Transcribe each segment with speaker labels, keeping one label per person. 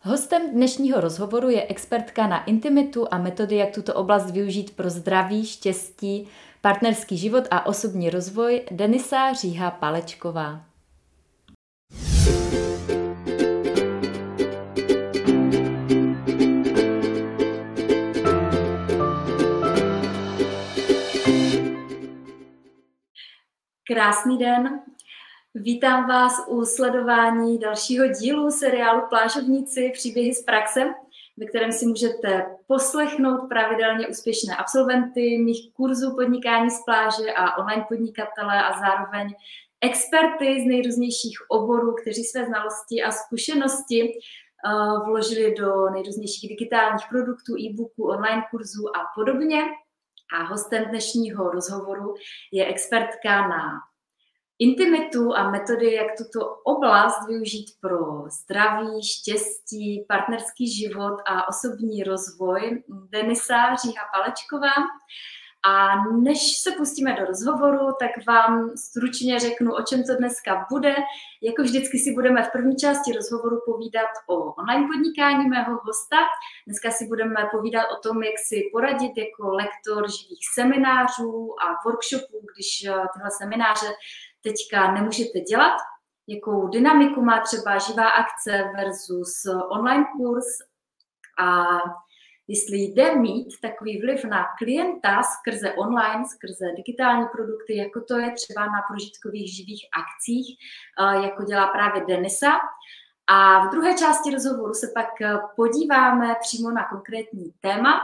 Speaker 1: Hostem dnešního rozhovoru je expertka na intimitu a metody, jak tuto oblast využít pro zdraví, štěstí, partnerský život a osobní rozvoj, Denisa Říha-Palečková. Krásný den. Vítám vás u sledování dalšího dílu seriálu Plážovníci příběhy z praxe, ve kterém si můžete poslechnout pravidelně úspěšné absolventy mých kurzů podnikání z pláže a online podnikatele a zároveň experty z nejrůznějších oborů, kteří své znalosti a zkušenosti vložili do nejrůznějších digitálních produktů, e-booků, online kurzů a podobně. A hostem dnešního rozhovoru je expertka na intimitu a metody, jak tuto oblast využít pro zdraví, štěstí, partnerský život a osobní rozvoj, Denisa Říha-Palečková. A než se pustíme do rozhovoru, tak vám stručně řeknu, o čem to dneska bude. Jako vždycky si budeme v první části rozhovoru povídat o online podnikání mého hosta. Dneska si budeme povídat o tom, jak si poradit jako lektor živých seminářů a workshopů, když tyhle semináře teďka nemůžete dělat. Jakou dynamiku má třeba živá akce versus online kurz a jestli jde mít takový vliv na klienta skrze online, skrze digitální produkty, jako to je třeba na prožitkových živých akcích, jako dělá právě Denisa. A v druhé části rozhovoru se pak podíváme přímo na konkrétní téma.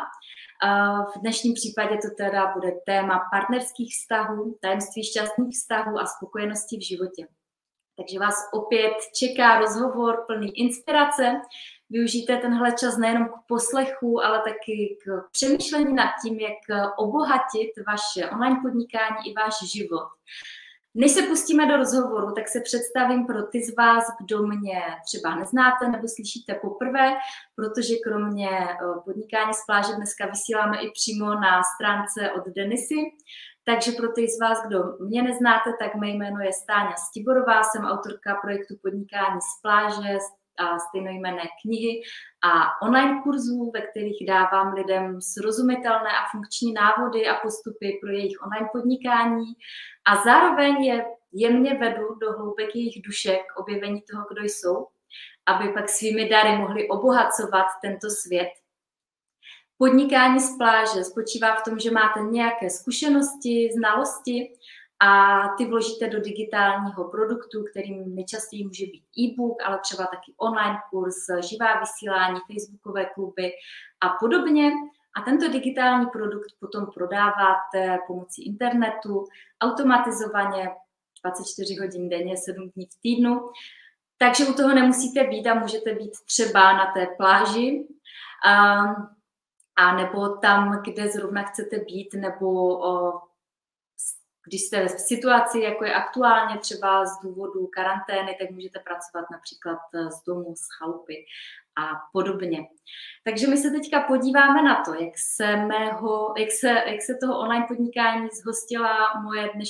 Speaker 1: V dnešním případě to teda bude téma partnerských vztahů, tajemství šťastných vztahů a spokojenosti v životě. Takže vás opět čeká rozhovor plný inspirace. Využijte tenhle čas nejenom k poslechu, ale taky k přemýšlení nad tím, jak obohatit vaše online podnikání i váš život. Než se pustíme do rozhovoru, tak se představím pro ty z vás, kdo mě třeba neznáte nebo slyšíte poprvé, protože kromě podnikání z pláže dneska vysíláme i přímo na stránce od Denisy. Takže pro ty z vás, kdo mě neznáte, tak mé jméno je Stáňa Stiborová, jsem autorka projektu Podnikání z pláže a stejnojmenné knihy a online kurzů, ve kterých dávám lidem srozumitelné a funkční návody a postupy pro jejich online podnikání a zároveň je jemně vedu do hloubek jejich duše k objevení toho, kdo jsou, aby pak svými dary mohli obohacovat tento svět. Podnikání z pláže spočívá v tom, že máte nějaké zkušenosti, znalosti a ty vložíte do digitálního produktu, kterým nejčastěji může být e-book, ale třeba taky online kurz, živá vysílání, facebookové kluby a podobně. A tento digitální produkt potom prodáváte pomocí internetu automatizovaně 24 hodin denně, 7 dní v týdnu. Takže u toho nemusíte být a můžete být třeba na té pláži a nebo tam, kde zrovna chcete být, nebo když jste v situaci, jako je aktuálně třeba z důvodu karantény, tak můžete pracovat například z domu, z chalupy a podobně. Takže my se teďka podíváme na to, jak se toho online podnikání zhostila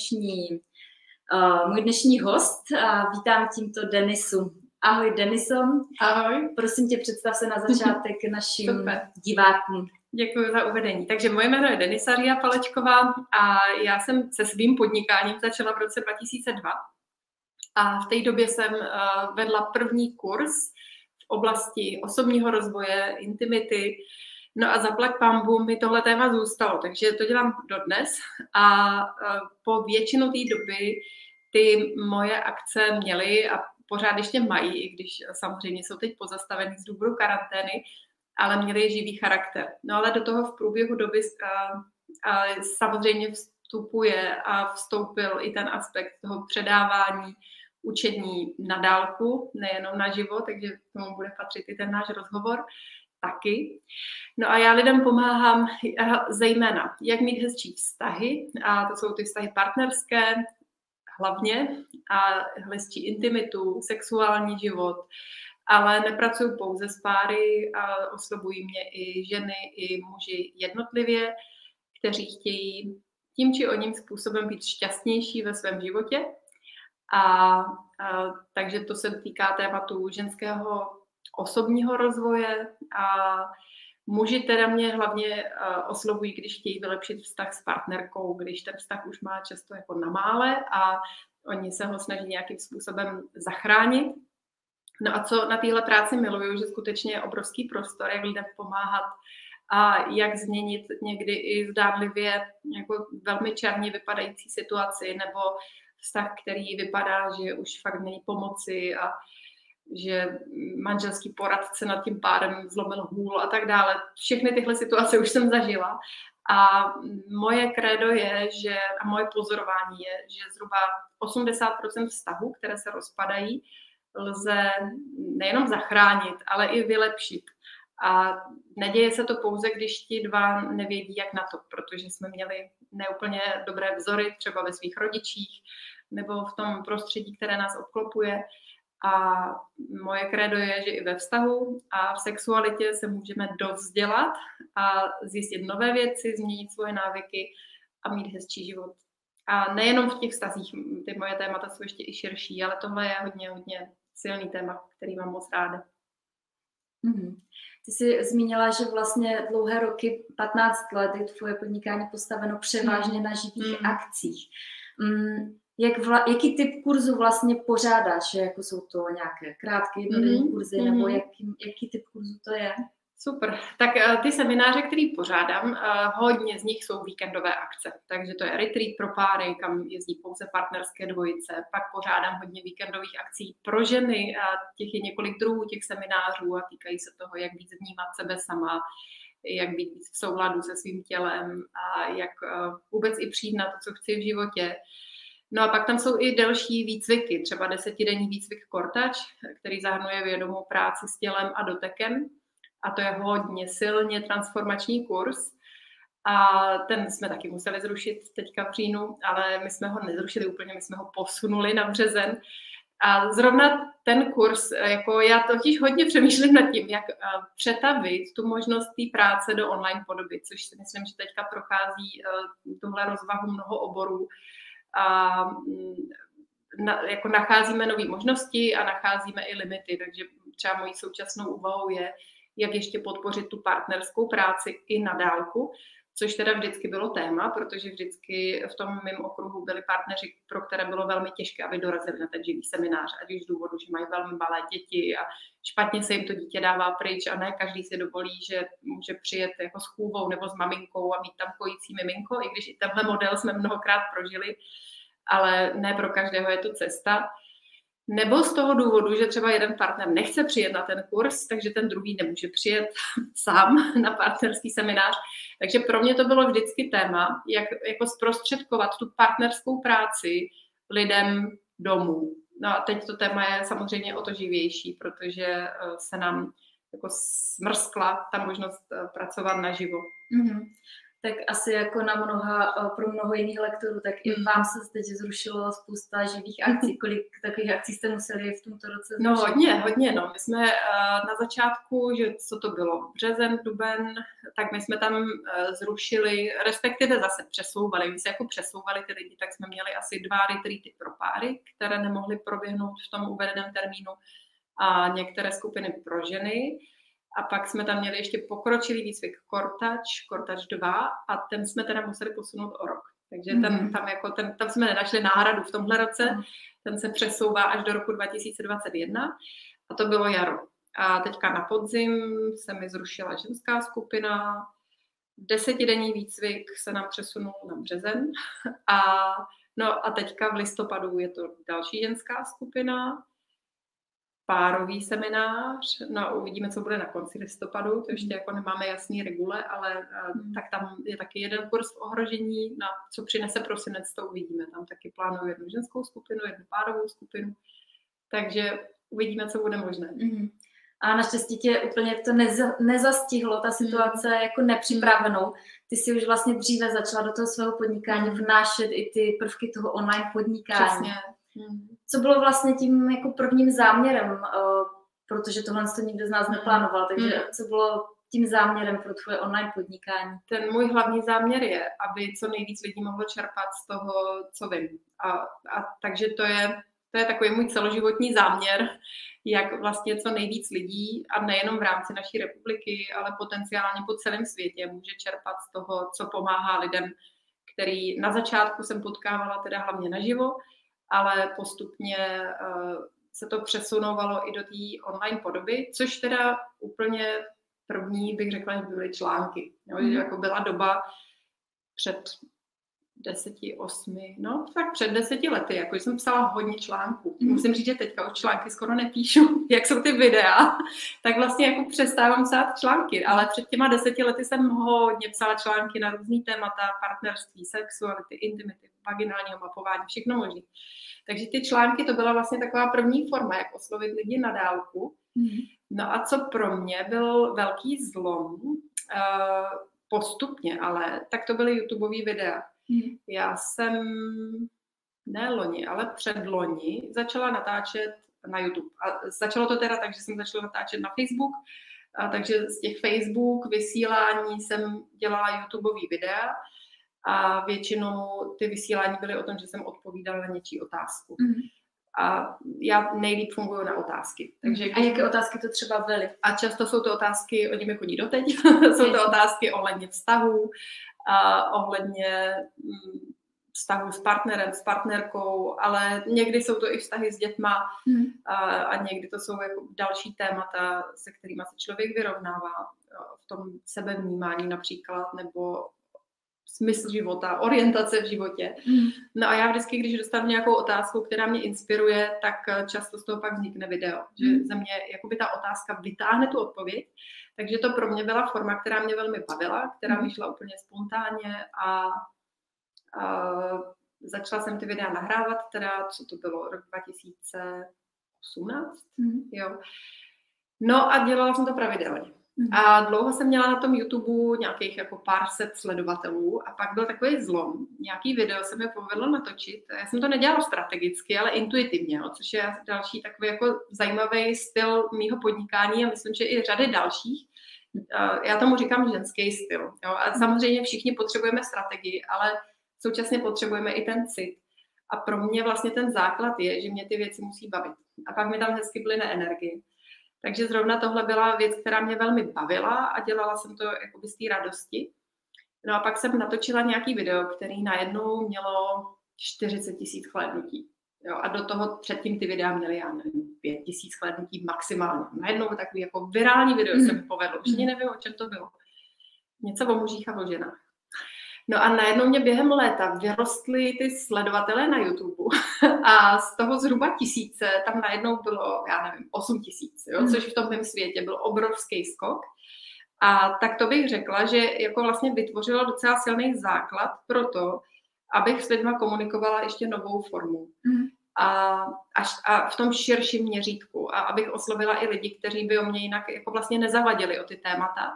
Speaker 1: můj dnešní host. Vítám tímto Denisu. Ahoj Deniso.
Speaker 2: Ahoj.
Speaker 1: Prosím tě, představ se na začátek našim divákům.
Speaker 2: Děkuji za uvedení. Takže moje jméno je Denisa Říha-Palečková a já jsem se svým podnikáním začala v roce 2002 a v té době jsem vedla první kurz v oblasti osobního rozvoje, intimity. No a zaplať pambu mi tohle téma zůstalo, takže to dělám dodnes a po většinu té doby ty moje akce měly a pořád ještě mají, i když samozřejmě jsou teď pozastaveny z důvodu karantény, ale měli živý charakter. No ale do toho v průběhu doby samozřejmě vstupuje a vstoupil i ten aspekt toho předávání, učení na dálku, nejenom na živo, takže k tomu bude patřit i ten náš rozhovor taky. No a já lidem pomáhám zejména, jak mít hezčí vztahy, a to jsou ty vztahy partnerské, hlavně, a hezčí intimitu, sexuální život, ale nepracuju pouze s páry a oslovují mě i ženy, i muži jednotlivě, kteří chtějí tím či oním způsobem být šťastnější ve svém životě. Takže to se týká tématu ženského osobního rozvoje a muži teda mě hlavně oslovují, když chtějí vylepšit vztah s partnerkou, když ten vztah už má často jako na mále a oni se ho snaží nějakým způsobem zachránit. No a co na téhle práci miluju, že skutečně je obrovský prostor, jak lidem pomáhat a jak změnit někdy i zdánlivě jako velmi černě vypadající situaci nebo vztah, který vypadá, že už fakt není pomoci a že manželský poradce nad tím pádem zlomil hůl a tak dále. Všechny tyhle situace už jsem zažila. A moje krédo je, a moje pozorování je, že zhruba 80% vztahů, které se rozpadají, lze nejenom zachránit, ale i vylepšit. A neděje se to pouze, když ti dva nevědí, jak na to, protože jsme měli neúplně dobré vzory třeba ve svých rodičích nebo v tom prostředí, které nás obklopuje. A moje krédo je, že i ve vztahu a v sexualitě se můžeme dovzdělat a zjistit nové věci, změnit svoje návyky a mít hezčí život. A nejenom v těch vztazích, ty moje témata jsou ještě i širší, ale tohle je hodně silný téma, který mám moc ráda.
Speaker 1: Mm-hmm. Ty jsi zmínila, že vlastně dlouhé roky, 15 let, je tvoje podnikání postaveno převážně na živých akcích. Jaký typ kurzu vlastně pořádáš? Jako jsou to nějaké krátké jednodenní kurzy, nebo jaký typ kurzu to je?
Speaker 2: Super. Tak ty semináře, které pořádám, hodně z nich jsou víkendové akce. Takže to je retreat pro páry, kam jezdí pouze partnerské dvojice. Pak pořádám hodně víkendových akcí pro ženy a těch je několik druhů těch seminářů a týkají se toho, jak víc vnímat sebe sama, jak být víc v souladu se svým tělem a jak vůbec i přijít na to, co chci v životě. No a pak tam jsou i delší výcviky, třeba 10denní výcvik Core Touch, který zahrnuje vědomou práci s tělem a dotekem. A to je hodně silně transformační kurz. A ten jsme taky museli zrušit teďka v říjnu, ale my jsme ho nezrušili úplně, my jsme ho posunuli na březen. A zrovna ten kurz, jako já totiž hodně přemýšlím nad tím, jak přetavit tu možnost té práce do online podoby, což si myslím, že teďka prochází tuhle rozvahu mnoho oborů. A jako nacházíme nové možnosti a nacházíme i limity, takže třeba mojí současnou úvahou je, jak ještě podpořit tu partnerskou práci i na dálku, což teda vždycky bylo téma, protože vždycky v tom mém okruhu byli partneři, pro které bylo velmi těžké, aby dorazili na ten živý seminář, ať už z důvodu, že mají velmi malé děti a špatně se jim to dítě dává pryč a ne každý si dovolí, že může přijet jako s chůvou nebo s maminkou a mít tam kojící miminko, i když i tenhle model jsme mnohokrát prožili, ale ne pro každého je to cesta. Nebo z toho důvodu, že třeba jeden partner nechce přijet na ten kurz, takže ten druhý nemůže přijet sám na partnerský seminář. Takže pro mě to bylo vždycky téma, jak jako zprostředkovat tu partnerskou práci lidem domů. No a teď to téma je samozřejmě o to živější, protože se nám jako smrskla ta možnost pracovat naživo.
Speaker 1: Mm-hmm. Tak asi jako pro mnoho jiných lektorů, tak i vám se teď zrušilo spousta živých akcí. Kolik takových akcí jste museli v tomto roce zrušit?
Speaker 2: No hodně. No. My jsme na začátku, že co to bylo, březen, duben, tak my jsme tam zrušili, respektive zase přesouvali. My se jako přesouvali ty lidi, tak jsme měli asi 2 retreaty pro páry, které nemohly proběhnout v tom uvedeném termínu a některé skupiny pro ženy. A pak jsme tam měli ještě pokročilý výcvik Core Touch 2 a ten jsme teda museli posunout o rok. Takže tam jsme nenašli náhradu v tomhle roce, ten se přesouvá až do roku 2021 a to bylo jaro. A teďka na podzim se mi zrušila ženská skupina, 10denní výcvik se nám přesunul na březen a teďka v listopadu je to další ženská skupina, párový seminář, no uvidíme, co bude na konci listopadu, to ještě jako nemáme jasný regule, ale tak tam je taky jeden kurz v ohrožení, no co přinese prosinec, to uvidíme, tam taky plánuju jednu ženskou skupinu, jednu párovou skupinu, takže uvidíme, co bude možné.
Speaker 1: A naštěstí tě úplně to nezastihlo, ta situace jako nepřipravenou. Ty si už vlastně dříve začala do toho svého podnikání vnášet i ty prvky toho online podnikání.
Speaker 2: Přesně.
Speaker 1: Co bylo vlastně tím jako prvním záměrem, protože tohle to nikdo z nás neplánoval, takže co bylo tím záměrem pro tvoje online podnikání?
Speaker 2: Ten můj hlavní záměr je, aby co nejvíc lidí mohlo čerpat z toho, co vím. A takže to je To je takový můj celoživotní záměr, jak vlastně co nejvíc lidí, a nejenom v rámci naší republiky, ale potenciálně po celém světě může čerpat z toho, co pomáhá lidem, který na začátku jsem potkávala teda hlavně naživo, ale postupně se to přesunovalo i do té online podoby, což teda úplně první bych řekla, že byly články. Jo, jako byla doba před 10 lety, jako jsem psala hodně článků. Musím říct, že teďka už články skoro nepíšu, jak jsou ty videa, tak vlastně jako přestávám psát články, ale před těma 10 lety jsem hodně psala články na různý témata, partnerství, sexuality, intimity, vaginálního mapování, všechno možné. Takže ty články to byla vlastně taková první forma, jak oslovit lidi na dálku. No a co pro mě byl velký zlom, postupně ale, tak to byly YouTubeové videa. Já jsem ne loni, ale předloni začala natáčet na YouTube. A začalo to teda tak, že jsem začala natáčet na Facebook, takže z těch Facebook vysílání jsem dělala YouTubeové videa a většinou ty vysílání byly o tom, že jsem odpovídala na něčí otázku. A já nejlíp funguji na otázky. Takže
Speaker 1: a jaké otázky to třeba byly?
Speaker 2: A často jsou to otázky, oni mi chodí doteď, jsou to otázky ohledně vztahů, ohledně vztahu s partnerem, s partnerkou, ale někdy jsou to i vztahy s dětma a někdy to jsou jako další témata, se kterými se člověk vyrovnává v tom sebevnímání například, nebo smysl života, orientace v životě. No a já vždycky, když dostanu nějakou otázku, která mě inspiruje, tak často z toho pak vznikne video. Že ze mě jakoby ta otázka vytáhne tu odpověď. Takže to pro mě byla forma, která mě velmi bavila, která vyšla úplně spontánně a začala jsem ty videa nahrávat, teda co to bylo, rok 2018, jo. No a dělala jsem to pravidelně. A dlouho jsem měla na tom YouTube nějakých jako pár set sledovatelů a pak byl takový zlom. Nějaký video se mi povedlo natočit. Já jsem to nedělala strategicky, ale intuitivně, což je další takový jako zajímavý styl mýho podnikání a myslím, že i řady dalších. Já tomu říkám ženský styl. Jo? A samozřejmě všichni potřebujeme strategii, ale současně potřebujeme i ten cit. A pro mě vlastně ten základ je, že mě ty věci musí bavit. A pak mi tam hezky plyne energie. Takže zrovna tohle byla věc, která mě velmi bavila a dělala jsem to jakoby z té radosti. No a pak jsem natočila nějaký video, který najednou mělo 40 000 shlédnutí. Jo, a do toho předtím ty videa měly, já nevím, 5 000 shlédnutí maximálně. Najednou takový jako virální video se mi povedlo. Už ani nevím, o čem to bylo. Něco o mužích a o ženách. No a najednou mě během léta vyrostly ty sledovatelé na YouTube a z toho zhruba 1000 tam najednou bylo, já nevím, 8 000, jo, což v tom mém světě byl obrovský skok. A tak to bych řekla, že jako vlastně vytvořilo docela silný základ pro to, abych s lidma komunikovala ještě novou formu. A v tom širším měřítku a abych oslovila i lidi, kteří by o mě jinak jako vlastně nezavadili o ty témata.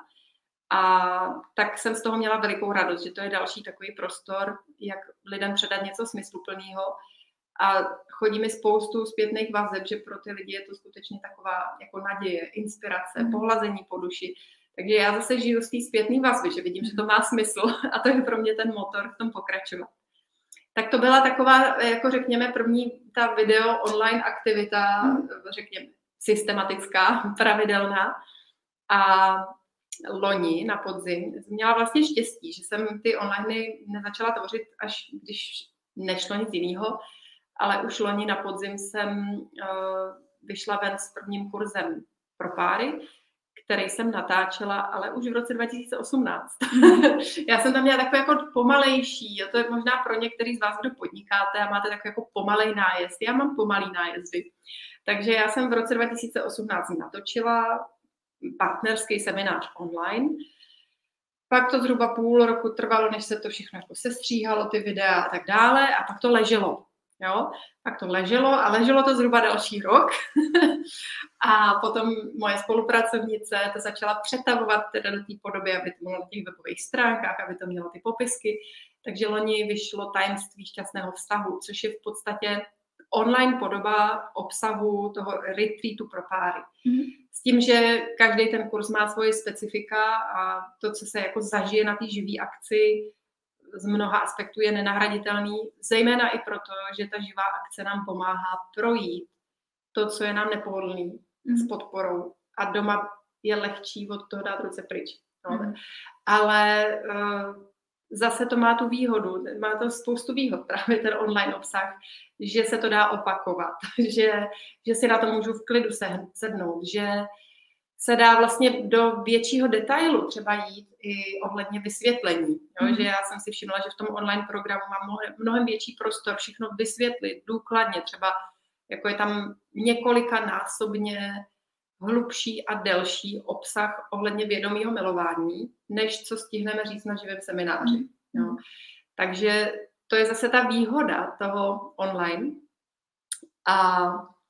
Speaker 2: A tak jsem z toho měla velikou radost, že to je další takový prostor, jak lidem předat něco smysluplného. A chodí mi spoustu zpětných vazeb, že pro ty lidi je to skutečně taková jako naděje, inspirace, pohlazení po duši. Takže já zase žiju z té zpětné vazby, že vidím, že to má smysl a to je pro mě ten motor v tom pokračovat. Tak to byla taková, jako řekněme, první ta video online aktivita, řekněme, systematická, pravidelná. A loni na podzim měla vlastně štěstí, že jsem ty online nezačala tvořit, až když nešlo nic jiného, ale už loni na podzim jsem vyšla ven s prvním kurzem pro páry, který jsem natáčela, ale už v roce 2018. Já jsem tam měla takový jako pomalejší, a to je možná pro některý z vás, kdo podnikáte a máte takový jako pomalej nájezd. Já mám pomalý nájezdy. Takže já jsem v roce 2018 natočila partnerský seminář online. Pak to zhruba půl roku trvalo, než se to všechno jako sestříhalo, ty videa a tak dále. A pak to leželo. Jo? Pak to leželo a leželo to zhruba další rok. A potom moje spolupracovnice to začala přetavovat teda do té podoby, aby to bylo na těch webových stránkách, aby to mělo ty popisky. Takže loni vyšlo Tajemství šťastného vztahu, což je v podstatě online podoba obsahu toho retreatu pro páry. S tím, že každý ten kurz má svoje specifika a to, co se jako zažije na té živý akci, z mnoha aspektů je nenahraditelný, zejména i proto, že ta živá akce nám pomáhá projít to, co je nám nepohodlný s podporou. A doma je lehčí od toho dát ruce pryč. No. Ale zase to má tu výhodu, má to spoustu výhod, právě ten online obsah, že se to dá opakovat, že si na to můžu v klidu sednout, že se dá vlastně do většího detailu třeba jít i ohledně vysvětlení. Jo? Že já jsem si všimla, že v tom online programu mám mnohem větší prostor všechno vysvětlit důkladně, třeba jako je tam několikanásobně hlubší a delší obsah ohledně vědomého milování, než co stihneme říct na živém semináři. Jo? Takže to je zase ta výhoda toho online. A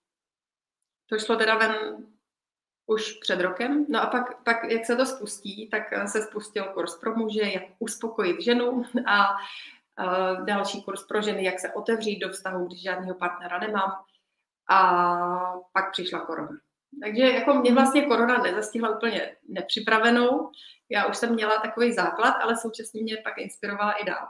Speaker 2: to šlo teda ven už před rokem. No a pak, jak se to spustí, tak se spustil kurz pro muže, jak uspokojit ženu a další kurz pro ženy, jak se otevřít do vztahu, když žádného partnera nemám. A pak přišla korona. Takže jako mě vlastně korona nezastihla úplně nepřipravenou. Já už jsem měla takový základ, ale současně mě pak inspirovala i dál.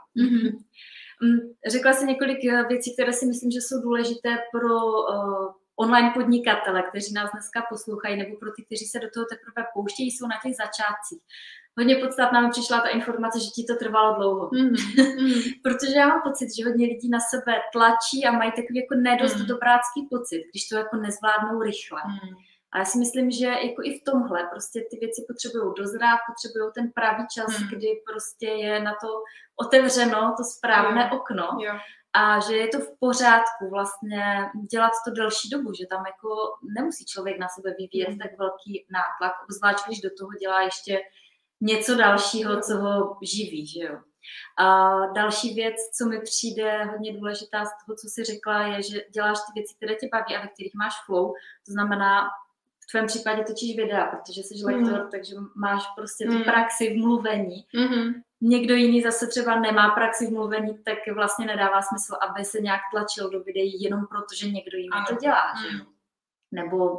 Speaker 1: Řekla jsi několik věcí, které si myslím, že jsou důležité pro online podnikatele, kteří nás dneska poslouchají, nebo pro ty, kteří se do toho teprve pouštějí, jsou na těch začátcích. Hodně podstatná mi přišla ta informace, že ti to trvalo dlouho. Protože já mám pocit, že hodně lidí na sebe tlačí a mají takový jako nedost dobrácký pocit, když to jako nezvládnou rychle. A já si myslím, že jako i v tomhle prostě ty věci potřebují dozrát, potřebují ten pravý čas, kdy prostě je na to otevřeno to správné okno. A že je to v pořádku vlastně dělat to delší dobu, že tam jako nemusí člověk na sebe vyvíjet tak velký nátlak, obzvlášť když do toho dělá ještě něco dalšího, co ho živí, že jo. A další věc, co mi přijde hodně důležitá z toho, co jsi řekla, je, že děláš ty věci, které tě baví a ve kterých máš flow, to znamená, v tvém případě točíš videa, protože jsi lektor, takže máš prostě tu praxi v mluvení. Někdo jiný zase třeba nemá praxi v mluvení, tak vlastně nedává smysl, aby se nějak tlačil do videí jenom proto, že někdo jiný to dělá. Že? Nebo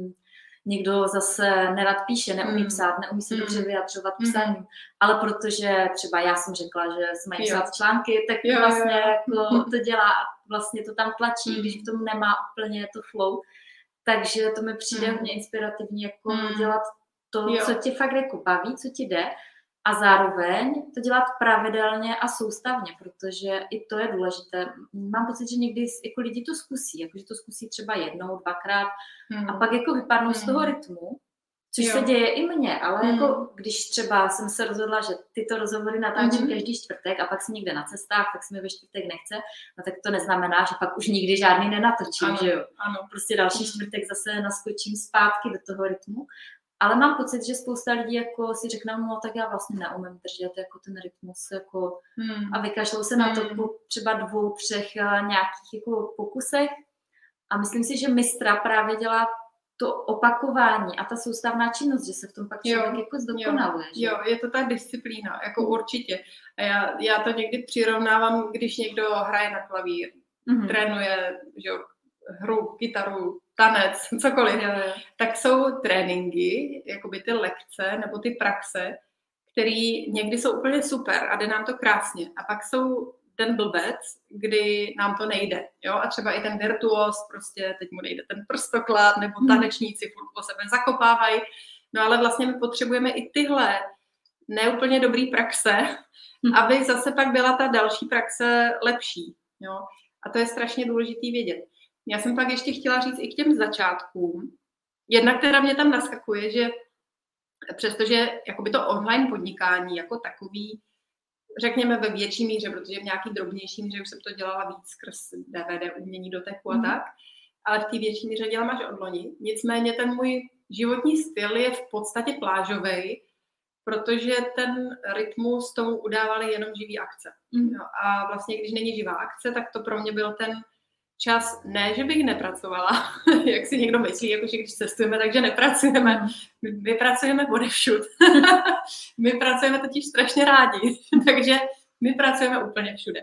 Speaker 1: někdo zase nerad píše, neumí psát, neumí se dobře vyjadřovat psaním, ale protože třeba já jsem řekla, že se mají psát články, tak vlastně jako to dělá, vlastně to tam tlačí, když v tom nemá úplně to flow. Takže to mi přijde hodně inspirativní, jako dělat to, co tě fakt jako baví, co ti jde, a zároveň to dělat pravidelně a soustavně, protože i to je důležité. Mám pocit, že někdy jako lidi to zkusí, jakože to zkusí třeba jednou, dvakrát a pak jako vypadnou z toho rytmu, což se děje i mně, ale jako když třeba jsem se rozhodla, že tyto rozhovory natáčím každý čtvrtek a pak jsem někde na cestách, tak se mi ve čtvrtek nechce, no tak to neznamená, že pak už nikdy žádný nenatočím, že jo. Prostě další čtvrtek zase naskočím zpátky do toho rytmu. Ale mám pocit, že spousta lidí jako si řekne, no tak já vlastně neumím držet jako ten rytmus jako, a vykašlou se na to po třeba 2, 3 nějakých jako pokusech. A myslím si, že mistra právě dělá to opakování a ta soustavná činnost, že se v tom pak člověk jako zdokonaluje.
Speaker 2: Jo, je to ta disciplína, jako určitě. A já to někdy přirovnávám, když někdo hraje na klavír, trénuje, že jo, hru, kytaru, tanec, cokoliv, tak jsou tréninky, jakoby ty lekce nebo ty praxe, které někdy jsou úplně super a jde nám to krásně. A pak jsou ten blbec, kdy nám to nejde. Jo? A třeba i ten virtuos, prostě teď mu nejde ten prstoklad, nebo tanečníci furt po sebe zakopávají. No ale vlastně my potřebujeme i tyhle neúplně dobrý praxe, aby zase pak byla ta další praxe lepší. Jo? A to je strašně důležitý vědět. Já jsem pak ještě chtěla říct i k těm začátkům. Jedna, která mě tam naskakuje, že přestože jakoby to online podnikání jako takový, řekněme ve větší míře, protože v nějaký drobnější míře už jsem to dělala víc skrz DVD, umění doteku a tak, ale v té větší míře dělám až od loni. Nicméně ten můj životní styl je v podstatě plážovej, protože ten rytmus tomu udávaly jenom živý akce. No a vlastně, když není živá akce, tak to pro mě byl ten čas, ne, že bych nepracovala, jak si někdo myslí, jakože když cestujeme, takže nepracujeme. My pracujeme odevšud. My pracujeme totiž strašně rádi, takže my pracujeme úplně všude.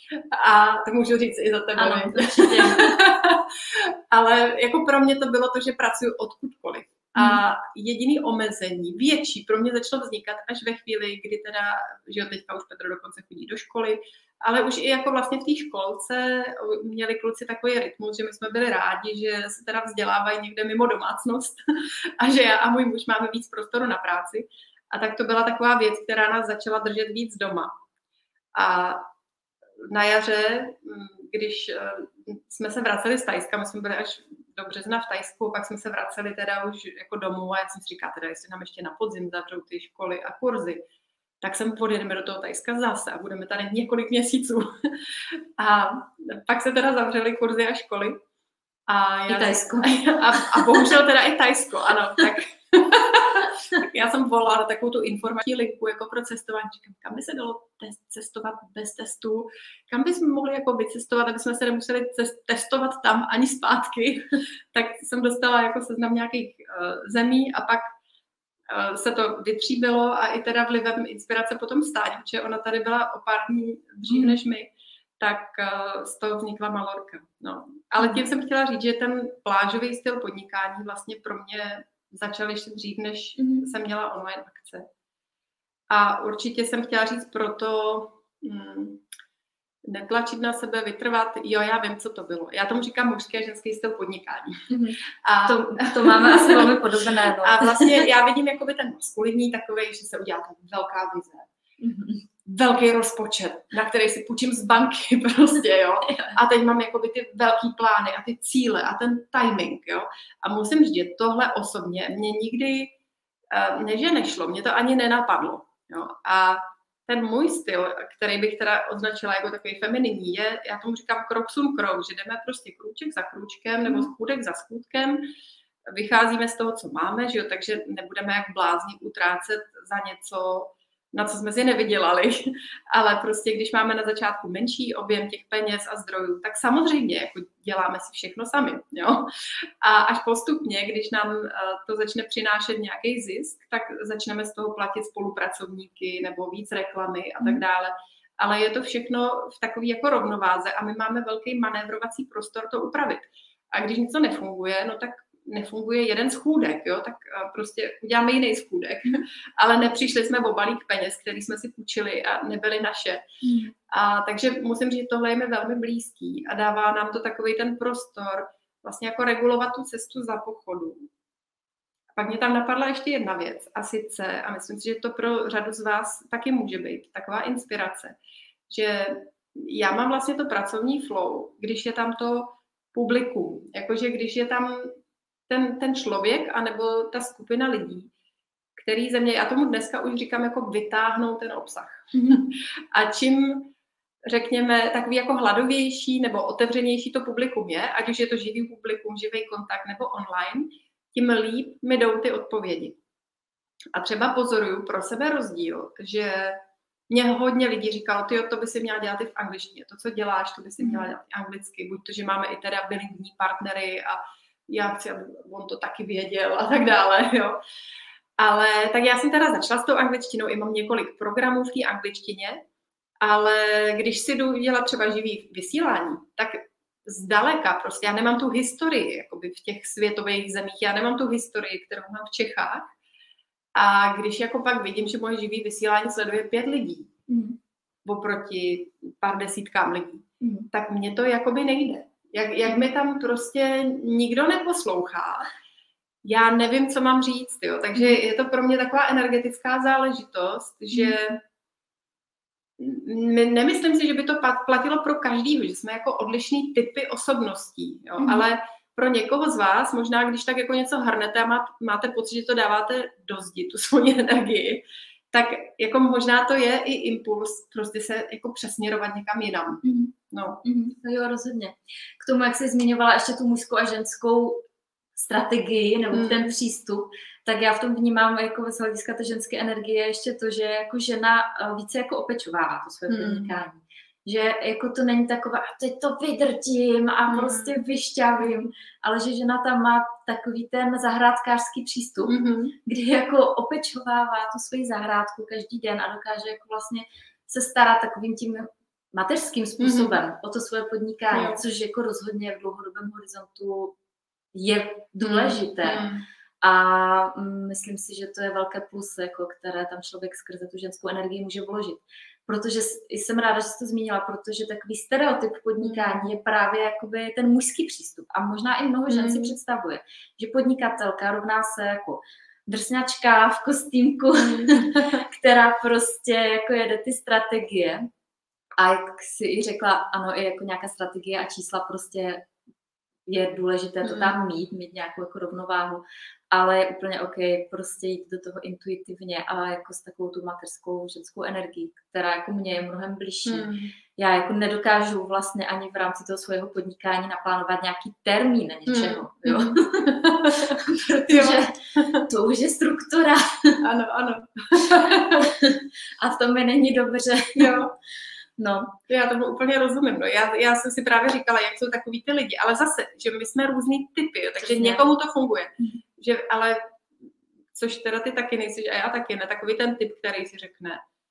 Speaker 2: A to můžu říct i za tebe.
Speaker 1: Ano,
Speaker 2: ale jako pro mě to bylo to, že pracuji odkudkoliv. A jediný omezení, větší, pro mě začalo vznikat až ve chvíli, kdy teda, že jo, teďka už Petr dokonce chodí do školy, ale už i jako vlastně v té školce měli kluci takový rytmus, že my jsme byli rádi, že se teda vzdělávají někde mimo domácnost a že já a můj muž máme víc prostoru na práci. A tak to byla taková věc, která nás začala držet víc doma. A na jaře, když jsme se vraceli z Thajska, my jsme byli až do března v Thajsku, pak jsme se vraceli teda už jako domů a já jsem si říkala, teda jestli nám ještě na podzim zavřou ty školy a kurzy, tak sem podjedeme do toho Thajska zase a budeme tady několik měsíců. A pak se teda zavřely kurzy a školy. A
Speaker 1: I Thajsko.
Speaker 2: A bohužel teda i Thajsko, ano. Tak já jsem volala na takovou tu informační linku jako pro cestování. Říkám, kam by se dalo cestovat bez testů? Kam bychom mohli jako vycestovat, aby jsme se nemuseli testovat tam ani zpátky? Tak jsem dostala jako seznam nějakých zemí a pak se to vytříbilo a i teda vlivem inspirace potom stání, protože ona tady byla o pár dní dřív než my, tak z toho vznikla Malorka. No. Ale tím jsem chtěla říct, že ten plážový styl podnikání vlastně pro mě začal ještě dřív, než jsem měla online akce. A určitě jsem chtěla říct proto netlačit na sebe, vytrvat. Jo, já vím, co to bylo. Já tomu říkám mužský a ženský styl podnikání.
Speaker 1: A to máme asi velmi podobné. No.
Speaker 2: A vlastně já vidím jakoby ten maskulinní takovej, že se udělá ta velká vize. Velký rozpočet, na který si půjčím z banky prostě, jo. A teď mám jakoby ty velký plány a ty cíle a ten timing, jo. A musím říct, že tohle osobně mě nikdy, ne že nešlo, mě to ani nenapadlo, jo. A ten můj styl, který bych teda označila jako takový femininní, je, já tomu říkám krok sun krok, že jdeme prostě krůček za krůčkem nebo schůdek za schůdkem, vycházíme z toho, co máme, že jo, takže nebudeme jak blázni utrácet za něco, na co jsme si nevydělali, ale prostě když máme na začátku menší objem těch peněz a zdrojů, tak samozřejmě jako děláme si všechno sami, jo. A až postupně, když nám to začne přinášet nějaký zisk, tak začneme z toho platit spolupracovníky nebo víc reklamy a tak dále. Ale je to všechno v takové jako rovnováze a my máme velký manévrovací prostor to upravit. A když něco nefunguje, no tak nefunguje jeden schůdek, jo, tak prostě uděláme jiný schůdek, ale nepřišli jsme o balík peněz, který jsme si půjčili a nebyly naše. A takže musím říct, tohle je mi velmi blízký a dává nám to takový ten prostor vlastně jako regulovat tu cestu za pochodu. A pak mě tam napadla ještě jedna věc a sice, a myslím si, že to pro řadu z vás taky může být taková inspirace, že já mám vlastně to pracovní flow, když je tam to publikum, jakože když je tam ten člověk anebo ta skupina lidí, který ze mě, já tomu dneska už říkám, jako vytáhnou ten obsah. A čím, řekněme, takový jako hladovější nebo otevřenější to publikum je, ať už je to živý publikum, živý kontakt nebo online, tím líp mi jdou ty odpovědi. A třeba pozoruju pro sebe rozdíl, že mě hodně lidí říkalo, tyjo, to by si měla dělat i v angličtině, to, co děláš, to by si měla dělat i anglicky, buď to, že máme i teda bilingvní partnery a já chci, aby on to taky věděl a tak dále, jo. Ale tak já jsem teda začala s tou angličtinou, i mám několik programů v té angličtině, ale když si jdu dělat třeba živý vysílání, tak zdaleka prostě já nemám tu historii jakoby v těch světových zemích, já nemám tu historii, kterou mám v Čechách. A když jako pak vidím, že moje živý vysílání sleduje 5 lidí oproti pár desítkám lidí, tak mně to jakoby nejde. Jak mi tam prostě nikdo neposlouchá, já nevím, co mám říct, jo. Takže je to pro mě taková energetická záležitost, že nemyslím si, že by to platilo pro každýho, že jsme jako odlišný typy osobností, jo. Ale pro někoho z vás, možná když tak jako něco hrnete a máte pocit, že to dáváte do zdi, tu svoji energii, tak jako možná to je i impuls prostě se jako přesměrovat někam jinam. No.
Speaker 1: Jo, rozhodně. K tomu, jak jsi zmiňovala ještě tu mužskou a ženskou strategii nebo ten přístup, tak já v tom vnímám jako z hlediska té ženské energie ještě to, že jako žena více jako opečovává to své podnikání. Že jako to není takové, a teď to vydrtím a prostě vyšťavím, ale že žena tam má takový ten zahrádkářský přístup, kdy jako opečovává tu svoji zahrádku každý den a dokáže jako vlastně se starat takovým tím mateřským způsobem o to svoje podnikání, což jako rozhodně v dlouhodobém horizontu je důležité. A myslím si, že to je velké plus, jako, které tam člověk skrze tu ženskou energii může vložit. Protože jsem ráda, že jsi to zmínila, protože takový stereotyp podnikání je právě jakoby ten mužský přístup. A možná i mnoho žen si představuje, že podnikatelka rovná se jako drsňačka v kostýmku, která prostě jako jede ty strategie. A jak si i řekla, ano, i jako nějaká strategie a čísla prostě je důležité to tam mít nějakou jako rovnováhu, ale je úplně OK prostě jít do toho intuitivně a jako s takovou tu mateřskou ženskou energií, která jako mě je mnohem bližší. Já jako nedokážu vlastně ani v rámci toho svého podnikání naplánovat nějaký termín něčeho, jo. Protože to už je struktura.
Speaker 2: Ano.
Speaker 1: A v tom mi není dobře.
Speaker 2: Jo.
Speaker 1: No.
Speaker 2: Já tomu úplně rozumím. No. Já jsem si právě říkala, jak jsou takový ty lidi, ale zase, že my jsme různý typy, takže přesně. Někomu to funguje. Že, ale což teda ty taky nejsi, a já taky ne, takový ten typ, který si řekne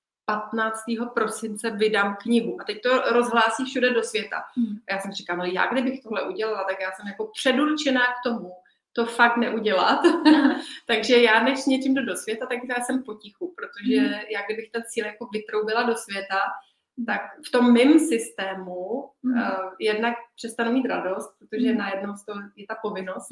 Speaker 2: 15. prosince vydám knihu a teď to rozhlásí všude do světa. A já jsem říkala, no já kdybych tohle udělala, tak já jsem jako předurčená k tomu, to fakt neudělat. Takže já než něčím jdu do světa, tak já jsem potichu, protože já kdybych ten cíl jako vytroubila do světa, tak v tom mým systému jednak přestanu mít radost, protože najednou z toho je ta povinnost,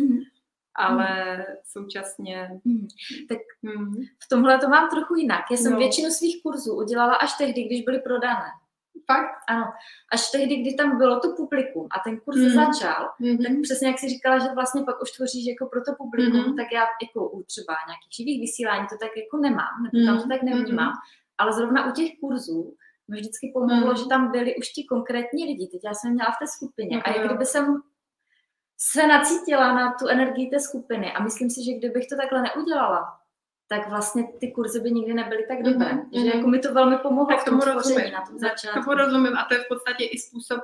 Speaker 2: ale současně...
Speaker 1: Tak v tomhle to mám trochu jinak. Já jsem většinu svých kurzů udělala až tehdy, když byly prodané.
Speaker 2: Fakt?
Speaker 1: Ano. Až tehdy, kdy tam bylo to publikum a ten kurz začal, tak přesně jak jsi říkala, že vlastně pak už tvoříš jako pro to publikum, tak já jako u třeba nějakých živých vysílání to tak jako nemám, nebo tam to tak nevnímám, ale zrovna u těch kurzů mi vždycky pomohlo, že tam byli už ti konkrétní lidi. Teď já jsem měla v té skupině a jak kdyby jsem se nacítila na tu energii té skupiny a myslím si, že kdybych to takhle neudělala, tak vlastně ty kurzy by nikdy nebyly tak dobré. Že jako mi to velmi pomohlo v tom tvoření na tom začátku.
Speaker 2: Tomu rozumím a to je v podstatě i způsob,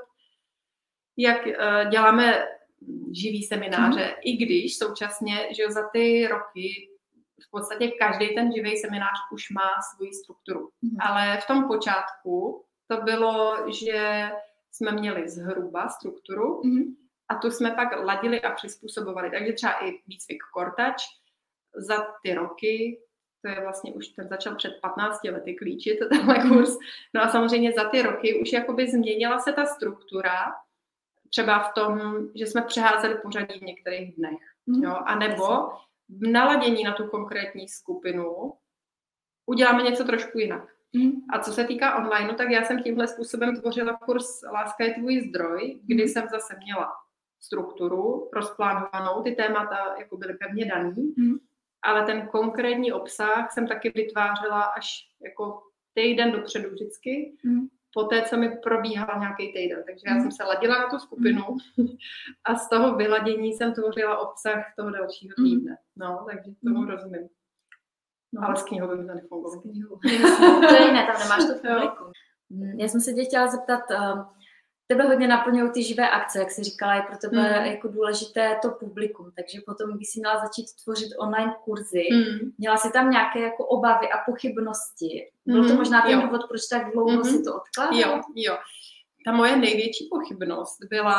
Speaker 2: jak děláme živý semináře, i když současně, že za ty roky v podstatě každý ten živý seminář už má svoji strukturu. Ale v tom počátku to bylo, že jsme měli zhruba strukturu a tu jsme pak ladili a přizpůsobovali. Takže třeba i výcvik Kortač za ty roky, to je vlastně už, ten začal před 15 lety klíčit, tenhle kurz. No a samozřejmě za ty roky už jakoby změnila se ta struktura, třeba v tom, že jsme přeházeli pořadí v některých dnech. Jo? A nebo v naladění na tu konkrétní skupinu uděláme něco trošku jinak. A co se týká online, tak já jsem tímhle způsobem tvořila kurz Láska je tvůj zdroj, kdy jsem zase měla strukturu rozplánovanou, ty témata jako byly pevně daný, ale ten konkrétní obsah jsem taky vytvářela až jako týden dopředu vždycky, po té, co mi probíhal nějaký týden. Takže já jsem se ladila na tu skupinu a z toho vyladění jsem tvořila obsah toho dalšího týdne. No, takže tomu rozumím. No. Ale s knihou by mi to nefungovalo.
Speaker 1: To je jiné, tam nemáš to publikum. Já jsem se tě chtěla zeptat, tebe hodně naplňují ty živé akce, jak jsi říkala, je pro tebe jako důležité to publikum, takže potom, když jsi měla začít tvořit online kurzy, měla jsi tam nějaké jako obavy a pochybnosti. Byl to možná ten důvod, proč tak dlouho si to odkládala?
Speaker 2: Jo. Ta moje největší pochybnost byla,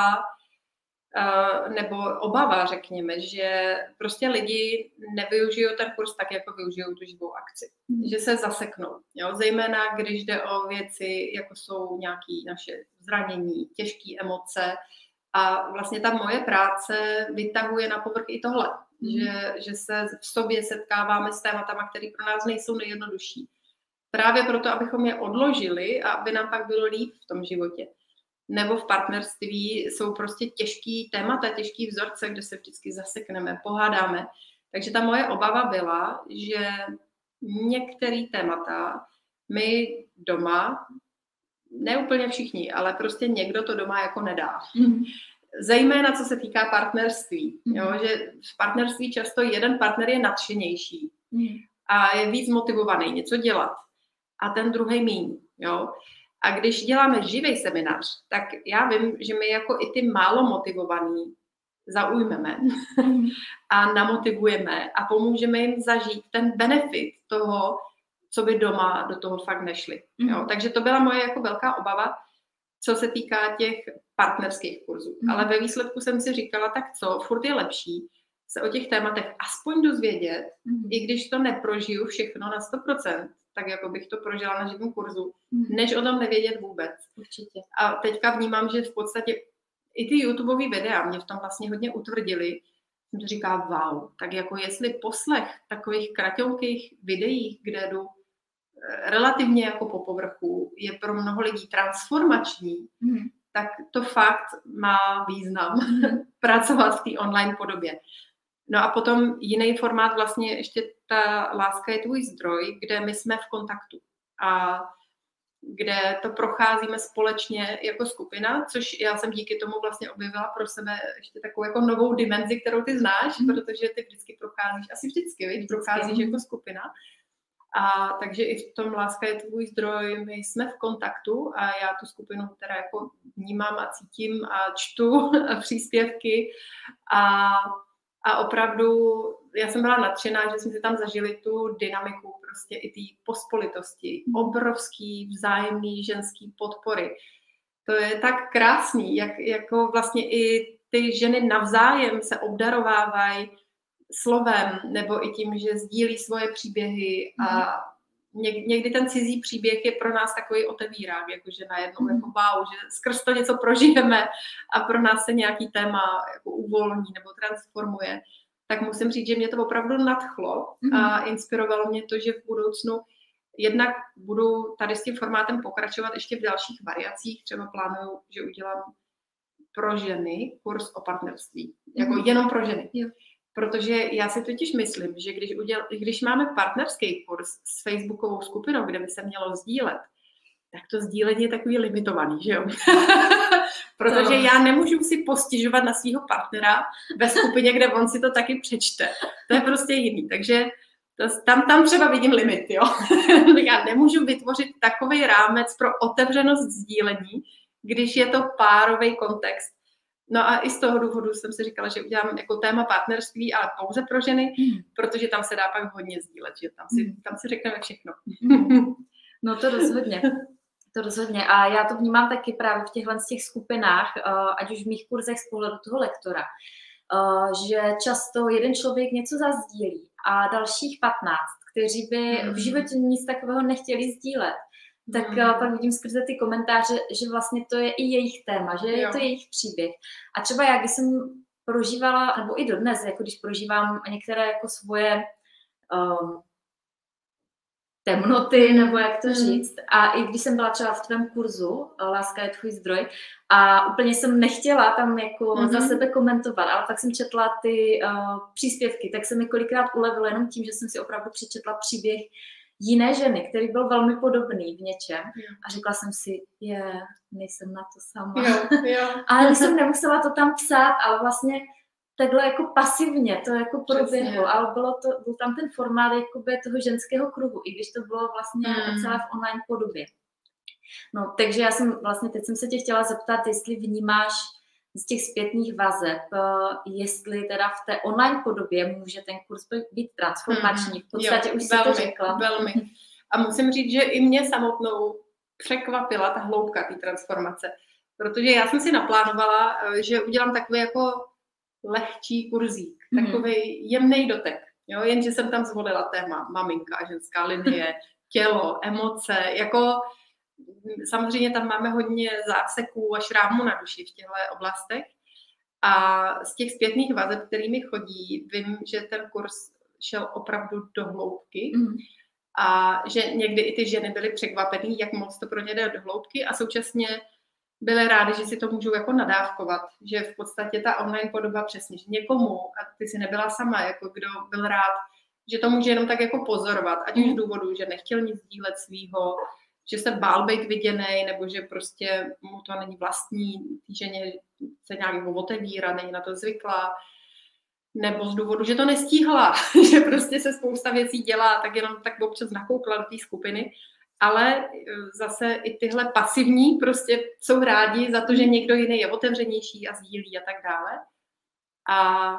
Speaker 2: nebo obava, řekněme, že prostě lidi nevyužijou ten kurz tak, jako využijou tu živou akci. Že se zaseknou. Jo? Zejména, když jde o věci, jako jsou nějaké naše zranění, těžké emoce. A vlastně ta moje práce vytahuje na povrch i tohle. Že se v sobě setkáváme s tématama, které pro nás nejsou nejjednodušší. Právě proto, abychom je odložili a aby nám pak bylo líp v tom životě. Nebo v partnerství jsou prostě těžký témata, těžký vzorce, kde se vždycky zasekneme, pohádáme. Takže ta moje obava byla, že některé témata my doma, ne úplně všichni, ale prostě někdo to doma jako nedá. Zejména co se týká partnerství. Jo? Že v partnerství často jeden partner je nadšenější a je víc motivovaný něco dělat a ten druhý míň. Jo? A když děláme živý seminář, tak já vím, že my jako i ty málo motivovaný zaujmeme a namotivujeme a pomůžeme jim zažít ten benefit toho, co by doma do toho fakt nešli. Jo? Takže to byla moje jako velká obava, co se týká těch partnerských kurzů. Ale ve výsledku jsem si říkala, tak co, furt je lepší, se o těch tématech aspoň dozvědět, i když to neprožiju všechno na 100%, tak jako bych to prožila na živém kurzu, než o tom nevědět vůbec.
Speaker 1: Určitě.
Speaker 2: A teďka vnímám, že v podstatě i ty YouTubeový videa mě v tom vlastně hodně utvrdili. Jsem to říká, wow, tak jako jestli poslech takových kratonkých videích, kde jdu relativně jako po povrchu, je pro mnoho lidí transformační, tak to fakt má význam pracovat v té online podobě. No a potom jiný formát vlastně ještě ta Láska je tvůj zdroj, kde my jsme v kontaktu a kde to procházíme společně jako skupina, což já jsem díky tomu vlastně objevila pro sebe ještě takovou jako novou dimenzi, kterou ty znáš, protože ty vždycky procházíš, asi vždycky procházíš jako skupina. A takže i v tom Láska je tvůj zdroj, my jsme v kontaktu a já tu skupinu teda jako vnímám a cítím a čtu a příspěvky a opravdu já jsem byla nadšená, že jsme si tam zažili tu dynamiku prostě i té pospolitosti, obrovský vzájemný ženský podpory. To je tak krásný, jak jako vlastně i ty ženy navzájem se obdarovávají slovem nebo i tím, že sdílí svoje příběhy a někdy ten cizí příběh je pro nás takový otevírák, jakože najednou jako wow, že skrz to něco prožijeme a pro nás se nějaký téma jako uvolní nebo transformuje. Tak musím říct, že mě to opravdu nadchlo a inspirovalo mě to, že v budoucnu jednak budu tady s tím formátem pokračovat ještě v dalších variacích. Třeba plánuju, že udělám pro ženy kurz o partnerství. Jako jenom pro ženy.
Speaker 1: Jo.
Speaker 2: Protože já si totiž myslím, že když máme partnerský kurz s facebookovou skupinou, kde by se mělo sdílet, tak to sdílení je takový limitovaný, že jo? Protože já nemůžu si postižovat na svého partnera ve skupině, kde on si to taky přečte. To je prostě jiný. Takže tam třeba vidím limit, jo? Já nemůžu vytvořit takový rámec pro otevřenost sdílení, když je to párový kontext. No a i z toho důvodu jsem si říkala, že udělám jako téma partnerství, ale pouze pro ženy, protože tam se dá pak hodně sdílet, že tam si řekneme všechno.
Speaker 1: No to rozhodně. To rozhodně. A já to vnímám taky právě v těchto těch skupinách, ať už v mých kurzech z pohledu toho lektora, že často jeden člověk něco zazdílí a dalších 15, kteří by v životě nic takového nechtěli sdílet, tak pak vidím skrze ty komentáře, že vlastně to je i jejich téma, že je to jejich příběh. A třeba já, když jsem prožívala, nebo i dodnes, jako když prožívám některé jako svoje temnoty, nebo jak to říct. A i když jsem byla třeba v tvém kurzu Láska je tvůj zdroj a úplně jsem nechtěla tam jako za sebe komentovat, ale pak jsem četla ty příspěvky, tak se mi kolikrát ulevilo jenom tím, že jsem si opravdu přečetla příběh jiné ženy, který byl velmi podobný v něčem a řekla jsem si, nejsem na to sama.
Speaker 2: Jo.
Speaker 1: Ale jsem nemusela to tam psát, ale vlastně takhle jako pasivně to jako proběhlo, ale byl tam ten formát jakoby toho ženského kruhu, i když to bylo vlastně celé v online podobě. No, takže já jsem vlastně, teď jsem se tě chtěla zeptat, jestli vnímáš z těch zpětných vazeb, jestli teda v té online podobě může ten kurz být transformační. V podstatě už si to řekla.
Speaker 2: Velmi. A musím říct, že i mě samotnou překvapila ta hloubka té transformace. Protože já jsem si naplánovala, že udělám takový jako lehčí kurzík, takový jemný dotek. Jo? Jenže jsem tam zvolila téma maminka, ženská linie, tělo, emoce, jako samozřejmě tam máme hodně záseků a šrámů na duši v těchto oblastech. A z těch zpětných vazeb, kterými chodí, vím, že ten kurz šel opravdu do hloubky a že někdy i ty ženy byly překvapený, jak moc to pro ně jde do hloubky a současně byly rády, že si to můžou jako nadávkovat, že v podstatě ta online podoba přesně, že někomu, a ty si nebyla sama, jako kdo byl rád, že to může jenom tak jako pozorovat, ať už z důvodu, že nechtěl nic sdílet svýho, že se bál být viděnej, nebo že prostě mu to není vlastní, ženě se nějak jako otevírá, není na to zvyklá, nebo z důvodu, že to nestíhla, že prostě se spousta věcí dělá, tak jenom tak občas nakoukla do té skupiny, ale zase i tyhle pasivní prostě jsou rádi za to, že někdo jiný je otevřenější a sdílí a tak dále. A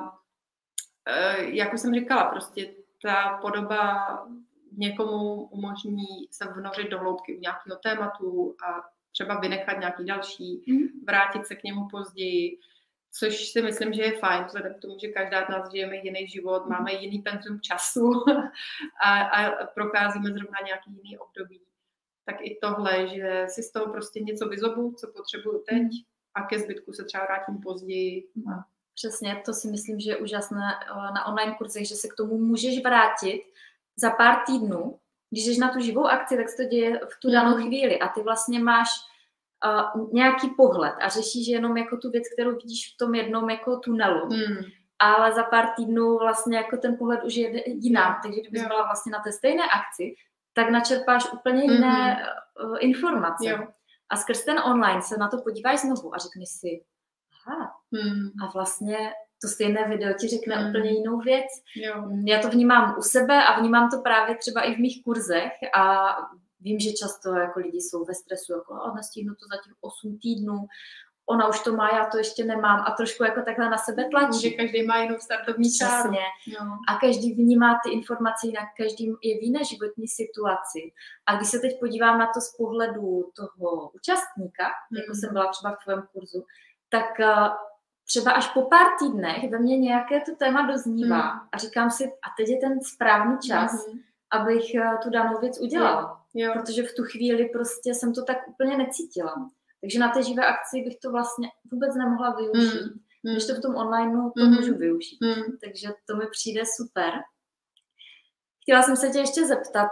Speaker 2: jak už jsem říkala, prostě ta podoba někomu umožní se vnořit do hloubky u nějakého tématu a třeba vynechat nějaký další, vrátit se k němu později. Což si myslím, že je fajn, vzhledem k tomu, že každá z nás žijeme jiný život, máme jiný penzum času a procházíme zrovna nějaký jiný období. Tak i tohle, že si z toho prostě něco vyzobu, co potřebuju teď a ke zbytku se třeba vrátím později.
Speaker 1: Přesně, to si myslím, že je úžasné na online kurzech, že se k tomu můžeš vrátit za pár týdnů. Když jdeš na tu živou akci, tak se to děje v tu danou chvíli a ty vlastně máš nějaký pohled a řešíš jenom jako tu věc, kterou vidíš v tom jednom jako tunelu. Ale za pár týdnů vlastně jako ten pohled už je jiná. Takže kdybys byla vlastně na té stejné akci, tak načerpáš úplně jiné informace. Jo. A skrz ten online se na to podíváš znovu a řekneš si, aha, a vlastně to stejné video ti řekne úplně jinou věc. Jo. Já to vnímám u sebe a vnímám to právě třeba i v mých kurzech a vím, že často jako lidi jsou ve stresu, jako nestihnu to za těch 8 týdnů, ona už to má, já to ještě nemám a trošku jako takhle na sebe tlačí.
Speaker 2: Že každý má jinou startovní čáru.
Speaker 1: A každý vnímá ty informace jinak, každý je v jiné životní situaci. A když se teď podívám na to z pohledu toho účastníka, jako jsem byla třeba v tvém kurzu, tak třeba až po pár týdnech ve mně nějaké to téma doznívá a říkám si, a teď je ten správný čas, abych tu danou věc udělala. Jo. Protože v tu chvíli prostě jsem to tak úplně necítila. Takže na té živé akci bych to vlastně vůbec nemohla využít. Když to v tom onlineu to můžu využít. Takže to mi přijde super. Chtěla jsem se tě ještě zeptat,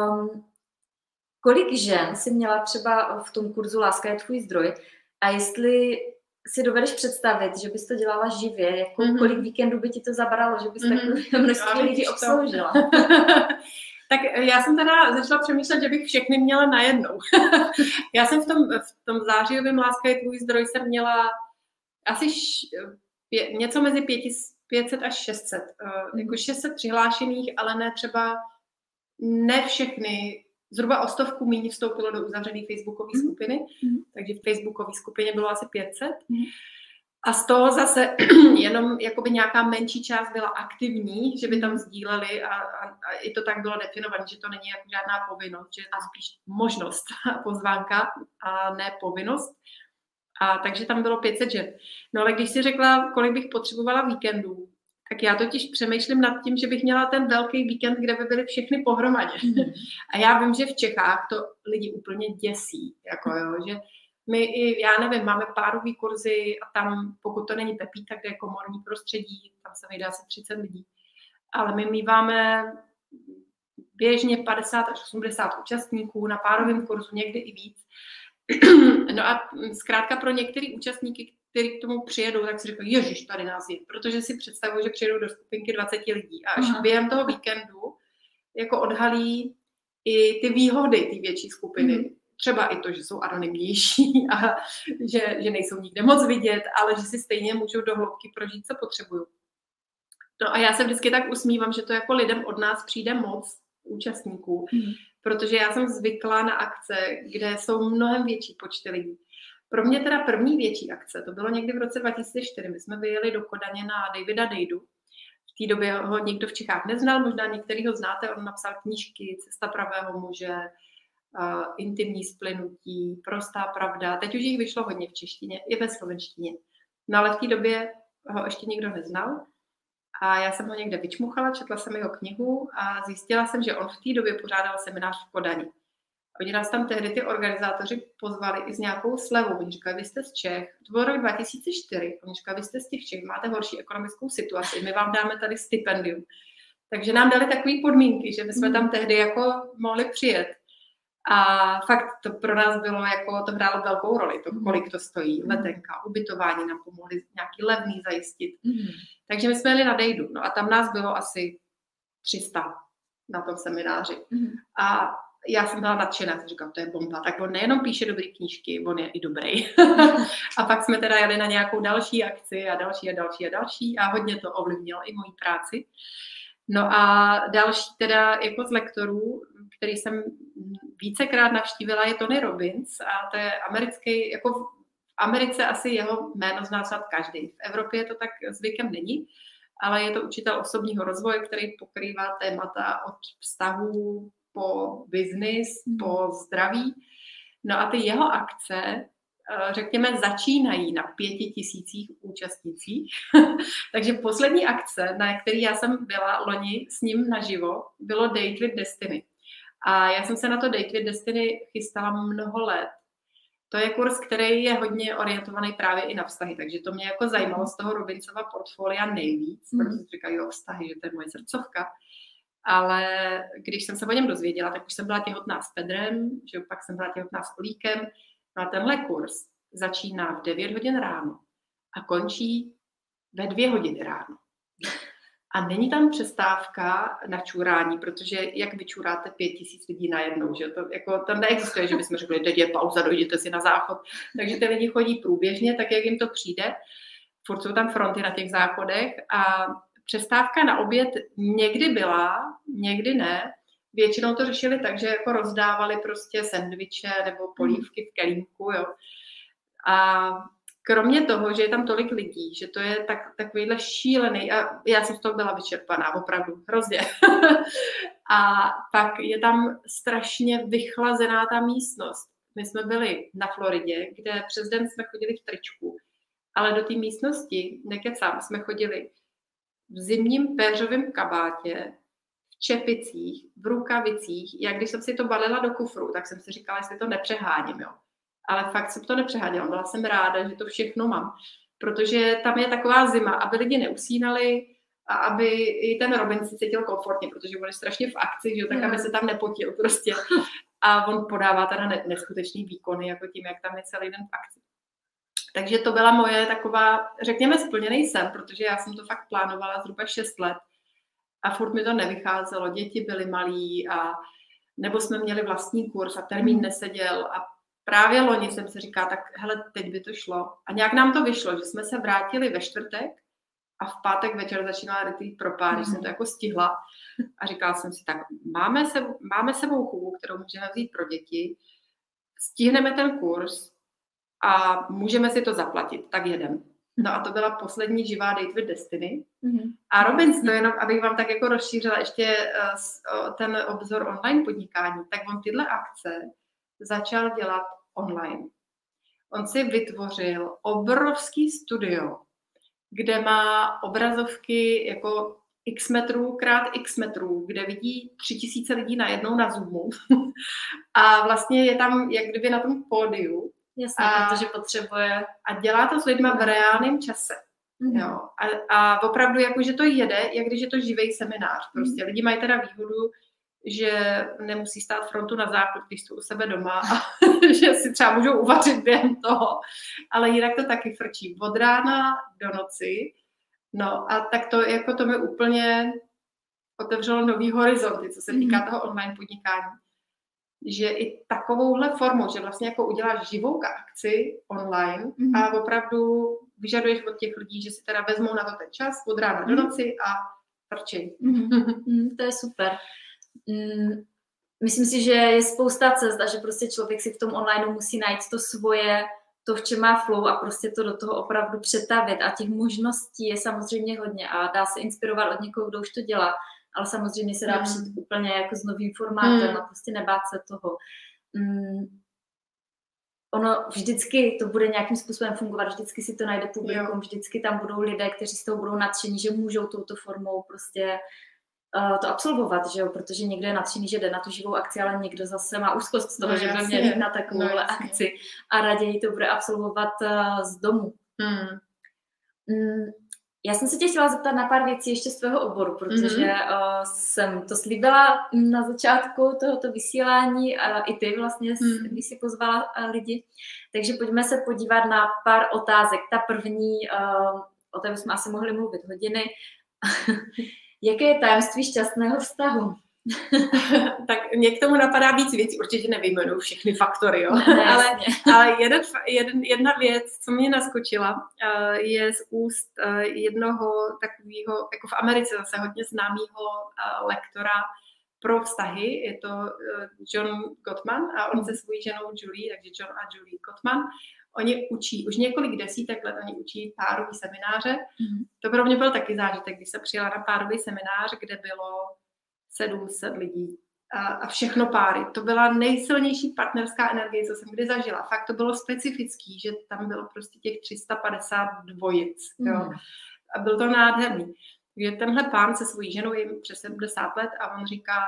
Speaker 1: kolik žen jsi měla třeba v tom kurzu Láska je tvůj zdroj a jestli si dovedeš představit, že bys to dělala živě, jako kolik víkendů by ti to zabralo, že bys takové množství lidí obsloužila.
Speaker 2: Tak já jsem teda začala přemýšlet, že bych všechny měla najednou. Já jsem v tom zářijovém Láska je tvůj zdroj jsem měla asi něco mezi 500 až 600. Jako 600 přihlášených, ale ne všechny. Zhruba o 100 míň vstoupilo do uzavřené facebookové skupiny, takže v facebookové skupině bylo asi 500. A z toho zase jenom jakoby nějaká menší část byla aktivní, že by tam sdíleli a i to tak bylo definované, že to není jako žádná povinnost, že je to spíš možnost pozvánka a ne povinnost. A takže tam bylo 500 žen. No ale když si řekla, kolik bych potřebovala víkendů, tak já totiž přemýšlím nad tím, že bych měla ten velký víkend, kde by byly všechny pohromadě. A já vím, že v Čechách to lidi úplně děsí, jako jo, že my i, já nevím, máme párový kurzy a tam, pokud to není Pepíta, kde je komorní prostředí, tam se vejde asi 30 lidí. Ale my míváme běžně 50 až 80 účastníků na párovém kurzu, někdy i víc. No a zkrátka pro některé účastníky, kteří k tomu přijedou, tak si říkají, ježiš, tady nás je, protože si představují, že přijedou do skupinky 20 lidí a až během toho víkendu jako odhalí i ty výhody té větší skupiny. Třeba i to, že jsou anonymnější a že nejsou nikde moc vidět, ale že si stejně můžou do hloubky prožít, co potřebují. No a já se vždycky tak usmívám, že to jako lidem od nás přijde moc účastníků, protože já jsem zvyklá na akce, kde jsou mnohem větší počty lidí. Pro mě teda první větší akce, to bylo někdy v roce 2004, my jsme vyjeli do Kodaně na Davida Dejdu. V té době ho nikdo v Čechách neznal, možná některý ho znáte, on napsal knížky Cesta pravého muže, Intimní splynutí, Prostá pravda. Teď už jich vyšlo hodně v češtině, i ve slovenštině. No ale v té době ho ještě nikdo neznal. A já jsem ho někde vyčmuchala, četla jsem jeho knihu a zjistila jsem, že on v té době pořádal seminář v Kodani. Oni nás tam tehdy ty organizátoři pozvali i s nějakou slevou. Oni říkali, vy jste z Čech. To bylo rok 2004. Oni říkali, vy jste z těch Čech, máte horší ekonomickou situaci, my vám dáme tady stipendium. Takže nám dali takové podmínky, že my jsme tam tehdy jako mohli přijet. A fakt to pro nás bylo jako, to hrálo velkou roli, to, kolik to stojí, letenka, ubytování nám pomohli nějaký levný zajistit. Takže my jsme jeli na Dejdu, no a tam nás bylo asi 300 na tom semináři. A já jsem byla nadšená, jsem říkala, to je bomba. Tak on nejenom píše dobrý knížky, on je i dobrý. A pak jsme teda jeli na nějakou další akci a další a další a další a hodně to ovlivnilo i moji práci. No a další teda jako z lektorů, který jsem vícekrát navštívila, je Tony Robbins a to je americký, jako v Americe asi jeho jméno zná snad každý. V Evropě to tak zvykem není, ale je to učitel osobního rozvoje, který pokrývá témata od vztahů po biznis, po zdraví. No a ty jeho akce řekněme, začínají na 5 000 účastnících. Takže poslední akce, na který já jsem byla loni s ním naživo, bylo Date with Destiny. A já jsem se na to Date with Destiny chystala mnoho let. To je kurz, který je hodně orientovaný právě i na vztahy, takže to mě jako zajímalo z toho Robinsova portfolia nejvíc, protože jsem říkala, jo, vztahy, že to je moje srdcovka. Ale když jsem se o něm dozvěděla, tak už jsem byla těhotná s Pedrem, že pak jsem byla těhotná s Olíkem. No a tenhle kurz začíná v 9 hodin ráno a končí ve 2 hodiny ráno. A není tam přestávka na čurání, protože jak vyčuráte 5 000 lidí najednou, že to jako tam neexistuje, že bychom řekli, teď je pauza, dojděte si na záchod. Takže ty lidi chodí průběžně, tak jak jim to přijde. Furt jsou tam fronty na těch záchodech a přestávka na oběd někdy byla, někdy ne. Většinou to řešili tak, že jako rozdávali prostě sendviče nebo polívky v kelímku, jo. A kromě toho, že je tam tolik lidí, že to je takovýhle šílený, a já jsem z toho byla vyčerpaná, opravdu, hrozně. A pak je tam strašně vychlazená ta místnost. My jsme byli na Floridě, kde přes den jsme chodili v tričku, ale do té místnosti, nekecám, jsme chodili v zimním péřovém kabátě, v čepicích, v rukavicích. Jak když jsem si to balila do kufru, tak jsem si říkala, jestli to nepřeháním, jo. Ale fakt jsem to nepřeháněla. Byla jsem ráda, že to všechno mám. Protože tam je taková zima, aby lidi neusínali a aby i ten Robin si cítil komfortně, protože on je strašně v akci, že jo, tak aby se tam nepotil prostě. A on podává teda neskutečný výkony, jako tím, jak tam je celý den v akci. Takže to byla moje taková, řekněme, splněný sen, protože já jsem to fakt plánovala zhruba 6 let a furt mi to nevycházelo. Děti byly malí a nebo jsme měli vlastní kurz a termín neseděl a právě loni jsem si říkala, tak hele, teď by to šlo. A nějak nám to vyšlo, že jsme se vrátili ve čtvrtek a v pátek večer začínala retreat pro pár, když jsem to jako stihla. A říkala jsem si, tak máme sebou chůvu, kterou můžeme vzít pro děti, stihneme ten kurz a můžeme si to zaplatit, tak jedem. No a to byla poslední živá Date with Destiny. A Robin, to jenom, abych vám tak jako rozšířila ještě ten obzor online podnikání, tak on tyhle akce začal dělat online. On si vytvořil obrovský studio, kde má obrazovky jako x metrů krát x metrů, kde vidí 3000 lidí najednou na Zoomu. A vlastně je tam jak kdyby na tom pódiu.
Speaker 1: Jasně, protože potřebuje.
Speaker 2: A dělá to s lidma v reálném čase. Jo. A opravdu jakože to jede, jak když je to živý seminář. Prostě lidi mají teda výhodu, že nemusí stát frontu na záchod, když jsou u sebe doma a že si třeba můžou uvařit během toho. Ale jinak to taky frčí. Od rána do noci. No a tak to, jako to mi úplně otevřelo nový horizonty, co se týká toho online podnikání. Že i takovouhle formou, že vlastně jako uděláš živou akci online a opravdu vyžaduješ od těch lidí, že si teda vezmou na to ten čas od rána do noci a frčí.
Speaker 1: To je super. Myslím si, že je spousta cest a že prostě člověk si v tom online musí najít to svoje, to, v čem má flow a prostě to do toho opravdu přetavit a těch možností je samozřejmě hodně a dá se inspirovat od někoho, kdo už to dělá, ale samozřejmě se dá přijít úplně jako s novým formátem a prostě nebát se toho. Ono vždycky to bude nějakým způsobem fungovat, vždycky si to najde publikum, vždycky tam budou lidé, kteří z toho budou nadšení, že můžou touto formou prostě to absolvovat, že jo? Protože někdo je nadšený, že jde na tu živou akci, ale někdo zase má úzkost z toho, že by měl jít na takovouhle akci a raději to bude absolvovat z domu. Já jsem se tě chtěla zeptat na pár věcí ještě z tvého oboru, protože jsem to slíbila na začátku tohoto vysílání a i ty vlastně, když jsi pozvala lidi. Takže pojďme se podívat na pár otázek. Ta první, o té jsme asi mohli mluvit hodiny. Jaké je tajemství šťastného vztahu?
Speaker 2: Tak mě k tomu napadá víc věcí, určitě nevyjmenuji všechny faktory, jo. ale jedna věc, co mě naskočila, je z úst jednoho takového, jako v Americe zase hodně známého lektora pro vztahy, je to John Gottman a on se svojí ženou Julie, takže John a Julie Gottman, oni učí, už několik desítek let oni učí párový semináře. To pro mě byl taky zážitek, když jsem přijela na párový seminář, kde bylo 700 lidí. a všechno páry. To byla nejsilnější partnerská energie, co jsem kdy zažila. Fakt to bylo specifický, že tam bylo prostě těch 350 dvojic. Jo. A byl to nádherný. Takže tenhle pán se svojí ženou je přes 70 let a on říká,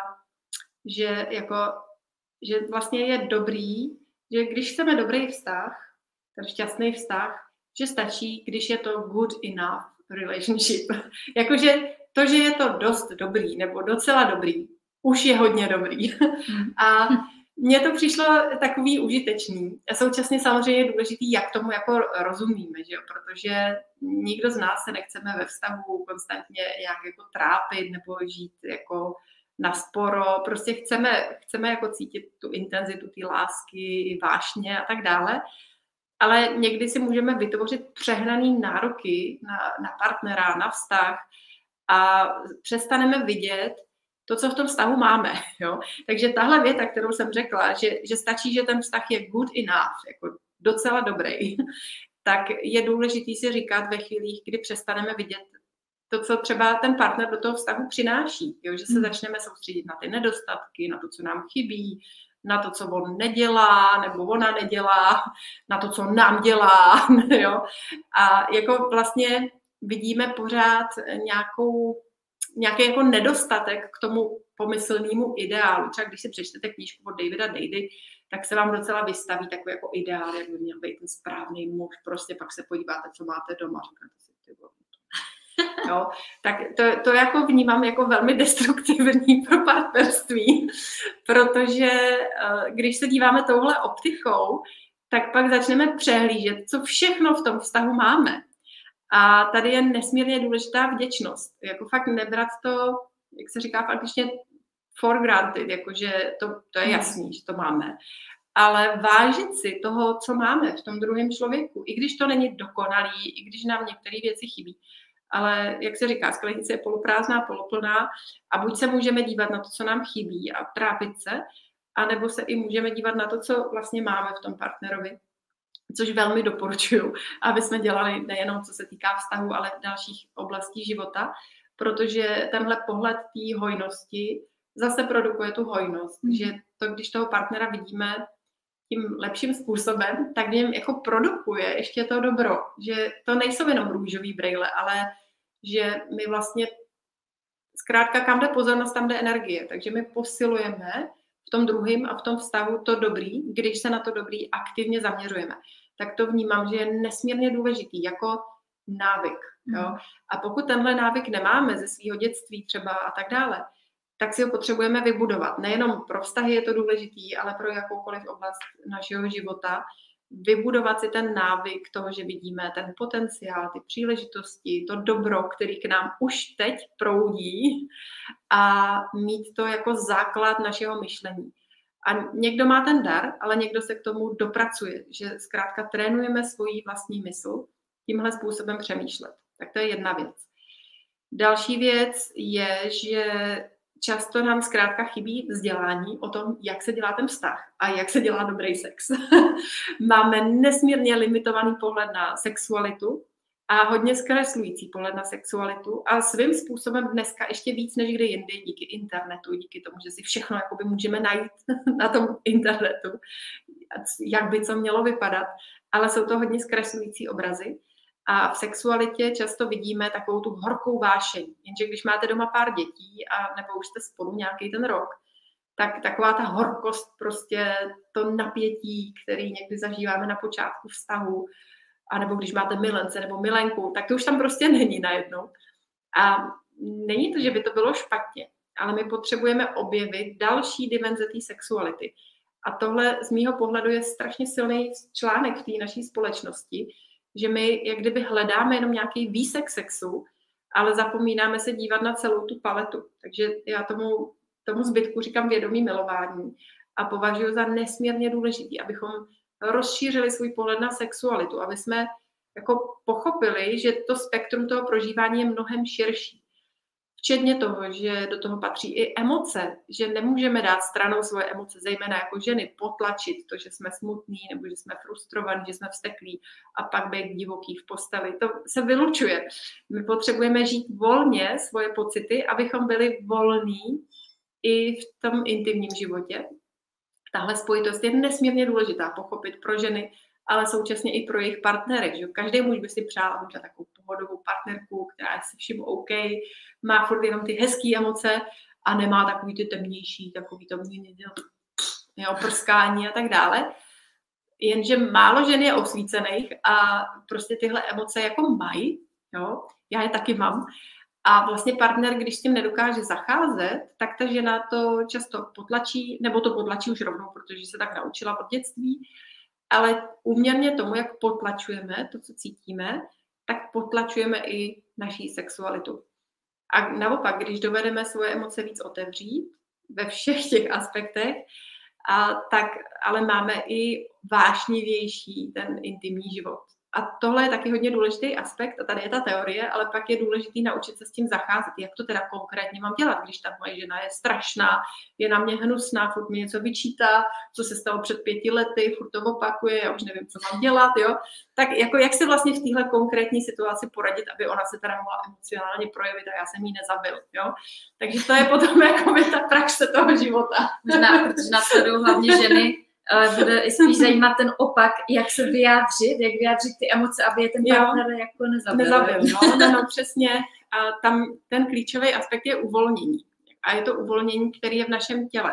Speaker 2: že vlastně je dobrý, že když chceme dobrý vztah, ten šťastný vztah, že stačí, když je to good enough relationship. Jakože to, že je to dost dobrý nebo docela dobrý, už je hodně dobrý. A mně to přišlo takový užitečný. A současně samozřejmě je důležitý, jak tomu jako rozumíme, že jo? Protože nikdo z nás se nechceme ve vztahu konstantně nějak jako trápit nebo žít jako na sporo. Prostě chceme jako cítit tu intenzitu té lásky, vášně a tak dále. Ale někdy si můžeme vytvořit přehnaný nároky na partnera, na vztah a přestaneme vidět to, co v tom vztahu máme. Jo? Takže tahle věta, kterou jsem řekla, že stačí, že ten vztah je good enough, jako docela dobrý, tak je důležitý si říkat ve chvílích, kdy přestaneme vidět to, co třeba ten partner do toho vztahu přináší. Jo? Že se začneme soustředit na ty nedostatky, na to, co nám chybí, na to, co on nedělá, nebo ona nedělá, na to, co nám dělá. Jo? A jako vlastně vidíme pořád nějaký jako nedostatek k tomu pomyslnému ideálu. Třeba když si přečtete knížku od Davida Dady, tak se vám docela vystaví takový jako ideál, jak by měl být ten správný muž. Prostě pak se podíváte, co máte doma, říkáte si, ty vole. Jo, tak to jako vnímám jako velmi destruktivní pro partnerství, protože když se díváme touhle optikou, tak pak začneme přehlížet, co všechno v tom vztahu máme. A tady je nesmírně důležitá vděčnost. Jako fakt nebrat to, jak se říká v angličtině, for granted, jakože to je jasný, že to máme. Ale vážit si toho, co máme v tom druhém člověku, i když to není dokonalý, i když nám některé věci chybí. Ale jak se říká, sklenice je poloprázdná, poloplná a buď se můžeme dívat na to, co nám chybí a trápit se, anebo se i můžeme dívat na to, co vlastně máme v tom partnerovi, což velmi doporučuju, aby jsme dělali nejenom co se týká vztahu, ale v dalších oblastí života, protože tenhle pohled té hojnosti zase produkuje tu hojnost, že to, když toho partnera vidíme tím lepším způsobem, tak v něm jako produkuje ještě to dobro, že to nejsou jenom růžový brejle, ale že my vlastně zkrátka kam jde pozornost, tam jde energie, takže my posilujeme v tom druhém a v tom vztahu to dobrý, když se na to dobrý aktivně zaměřujeme. Tak to vnímám, že je nesmírně důležitý jako návyk. Jo? A pokud tenhle návyk nemáme ze svého dětství třeba a tak dále, tak si ho potřebujeme vybudovat. Nejenom pro vztahy je to důležitý, ale pro jakoukoliv oblast našeho života. Vybudovat si ten návyk toho, že vidíme ten potenciál, ty příležitosti, to dobro, který k nám už teď proudí a mít to jako základ našeho myšlení. A někdo má ten dar, ale někdo se k tomu dopracuje, že zkrátka trénujeme svoji vlastní mysl tímhle způsobem přemýšlet. Tak to je jedna věc. Další věc je, že často nám zkrátka chybí vzdělání o tom, jak se dělá ten vztah a jak se dělá dobrý sex. Máme nesmírně limitovaný pohled na sexualitu a hodně zkreslující pohled na sexualitu a svým způsobem dneska ještě víc než kdy jindy díky internetu, díky tomu, že si všechno jakoby můžeme najít na tom internetu, jak by co mělo vypadat, ale jsou to hodně zkreslující obrazy. A v sexualitě často vidíme takovou tu horkou vášeň. Jenže když máte doma pár dětí a nebo už jste spolu nějaký ten rok, tak taková ta horkost, prostě to napětí, který někdy zažíváme na počátku vztahu, a nebo když máte milence nebo milenku, tak to už tam prostě není najednou. A není to, že by to bylo špatně, ale my potřebujeme objevit další dimenze té sexuality. A tohle z mýho pohledu je strašně silný článek v té naší společnosti, že my jak kdyby hledáme jenom nějaký výsek sexu, ale zapomínáme se dívat na celou tu paletu. Takže já tomu zbytku říkám vědomý milování a považuji za nesmírně důležitý, abychom rozšířili svůj pohled na sexualitu, aby jsme jako pochopili, že to spektrum toho prožívání je mnohem širší. Včetně toho, že do toho patří i emoce, že nemůžeme dát stranou svoje emoce, zejména jako ženy, potlačit to, že jsme smutní, nebo že jsme frustrovaní, že jsme vzteklí a pak být divoký v posteli. To se vylučuje. My potřebujeme žít volně svoje pocity, abychom byli volní i v tom intimním životě. Tahle spojitost je nesmírně důležitá pochopit pro ženy, ale současně i pro jejich partnery. Že? Každý muž by si přál mít takovou pohodovou partnerku, která je se vším OK, má furt jenom ty hezké emoce a nemá takový ty temnější, takový to prskání a tak dále. Jenže málo žen je osvícených a prostě tyhle emoce jako mají, jo? Já je taky mám. A vlastně partner, když s tím nedokáže zacházet, tak ta žena to často potlačí, nebo to potlačí už rovnou, protože se tak naučila od dětství, ale úměrně tomu, jak potlačujeme to, co cítíme, tak potlačujeme i naší sexualitu. A naopak, když dovedeme svoje emoce víc otevřít ve všech těch aspektech, tak ale máme i vášnivější ten intimní život. A tohle je taky hodně důležitý aspekt, a tady je ta teorie, ale pak je důležitý naučit se s tím zacházet. Jak to teda konkrétně mám dělat, když ta moje žena je strašná, je na mě hnusná, furt mi něco vyčítá, co se stalo před 5 lety, furt to opakuje, já už nevím, co mám dělat, jo. Tak jako jak se vlastně v téhle konkrétní situaci poradit, aby ona se teda mohla emocionálně projevit a já jsem jí nezabil, jo. Takže to je potom jakoby ta praxe toho života.
Speaker 1: Možná, protože následují hlavně ženy, bude spíš zajímat ten opak, jak se vyjádřit, jak vyjádřit ty emoce, aby je ten partner jako nezabil.
Speaker 2: No, přesně. A tam ten klíčový aspekt je uvolnění. A je to uvolnění, který je v našem těle.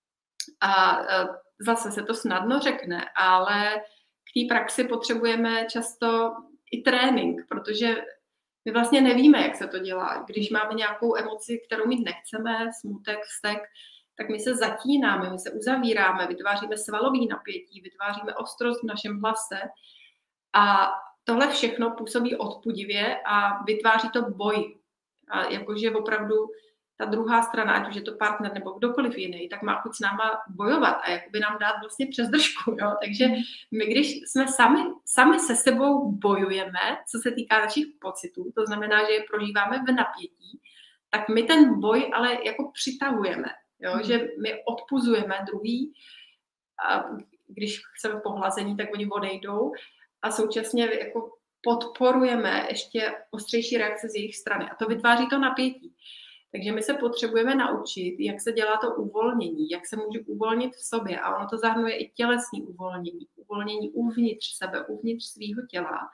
Speaker 2: A zase se to snadno řekne, ale k té praxi potřebujeme často i trénink, protože my vlastně nevíme, jak se to dělá. Když máme nějakou emoci, kterou mít nechceme, smutek, vztek, tak my se zatínáme, my se uzavíráme, vytváříme svalový napětí, vytváříme ostrost v našem hlase a tohle všechno působí odpudivě a vytváří to boj. A jakože opravdu ta druhá strana, ať už je to partner nebo kdokoliv jiný, tak má chuť s náma bojovat a jakoby nám dát vlastně přes držku. Jo? Takže my, když jsme sami se sebou bojujeme, co se týká našich pocitů, to znamená, že je prožíváme v napětí, tak my ten boj ale jako přitahujeme. Jo, že my odpuzujeme druhý, a když chceme pohlazení, tak oni odejdou a současně jako podporujeme ještě ostřejší reakce z jejich strany a to vytváří to napětí. Takže my se potřebujeme naučit, jak se dělá to uvolnění, jak se můžu uvolnit v sobě a ono to zahrnuje i tělesní uvolnění uvnitř sebe, uvnitř svýho těla.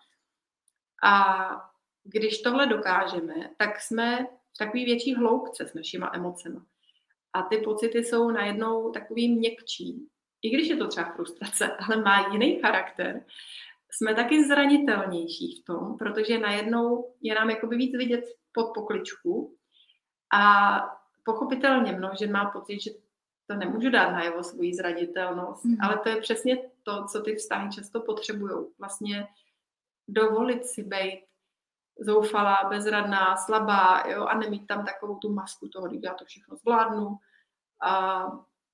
Speaker 2: A když tohle dokážeme, tak jsme v takové větší hloubce s našima emocemi. A ty pocity jsou najednou takový měkčí. I když je to třeba frustrace, ale má jiný charakter, jsme taky zranitelnější v tom, protože najednou je nám jakoby víc vidět pod pokličku a pochopitelně mnoho žen má pocit, že to nemůžu dát najevo svoji zranitelnost, ale to je přesně to, co ty vztahy často potřebujou. Vlastně dovolit si být zoufalá, bezradná, slabá, jo, a nemít tam takovou tu masku toho, když já to všechno zvládnu. A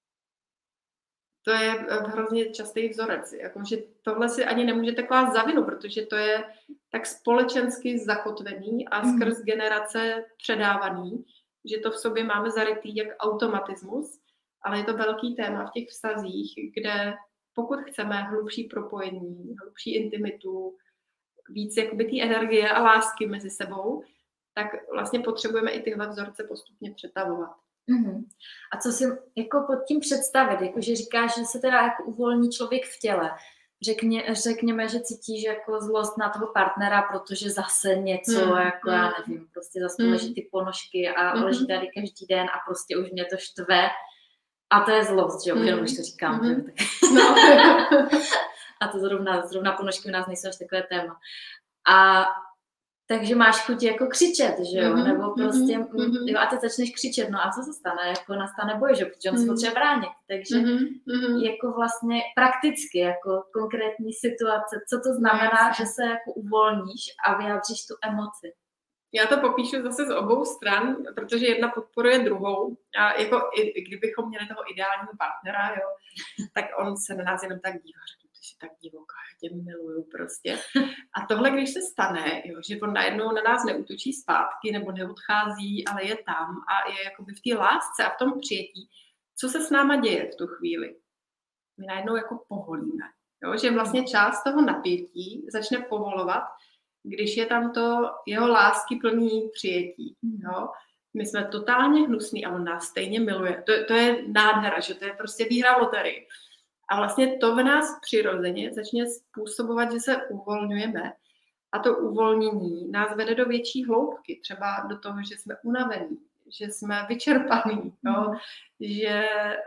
Speaker 2: to je hrozně častý vzorec. Jakože tohle si ani nemůžete klást za vinu, protože to je tak společensky zakotvený a skrz generace předávaný, že to v sobě máme zarytý jak automatismus, ale je to velký téma v těch vztazích, kde pokud chceme hlubší propojení, hlubší intimitu, víc jakoby té energie a lásky mezi sebou, tak vlastně potřebujeme i tyhle vzorce postupně přetavovat.
Speaker 1: A co si jako pod tím představit? Jakože říkáš, že se teda jako uvolní člověk v těle. Řekněme, že cítíš jako zlost na toho partnera, protože zase něco, jako já nevím, prostě zase leží ty ponožky a leží tady každý den a prostě už mě to štve. A to je zlost, že jo, jenom když to říkám. No. A to zrovna ponožky u nás nejsou až takové téma. A takže máš chuť jako křičet, že jo, nebo prostě, jo, a teď začneš křičet, no a co se stane, jako nastane boj, že, protože on se potřebuje bránit, takže jako vlastně prakticky, jako konkrétní situace, co to znamená, že se jako uvolníš a vyjádříš tu emoci.
Speaker 2: Já to popíšu zase z obou stran, protože jedna podporuje druhou. A jako i kdybychom měli toho ideálního partnera, jo, tak on se na nás jenom tak dívá, ty jsi tak divoká, já tě miluju prostě. A tohle, když se stane, jo, že on najednou na nás neútočí zpátky nebo neodchází, ale je tam a je jakoby v té lásce a v tom přijetí, co se s náma děje v tu chvíli. My najednou jako povolíme. Jo, že vlastně část toho napětí začne povolovat, když je tam to jeho lásky plný přijetí. Jo? My jsme totálně hnusný a on nás stejně miluje. To je nádhera, že to je prostě výhra v loterii. A vlastně to v nás přirozeně začne způsobovat, že se uvolňujeme. A to uvolnění nás vede do větší hloubky, třeba do toho, že jsme unavení, že jsme vyčerpaní, jo? Že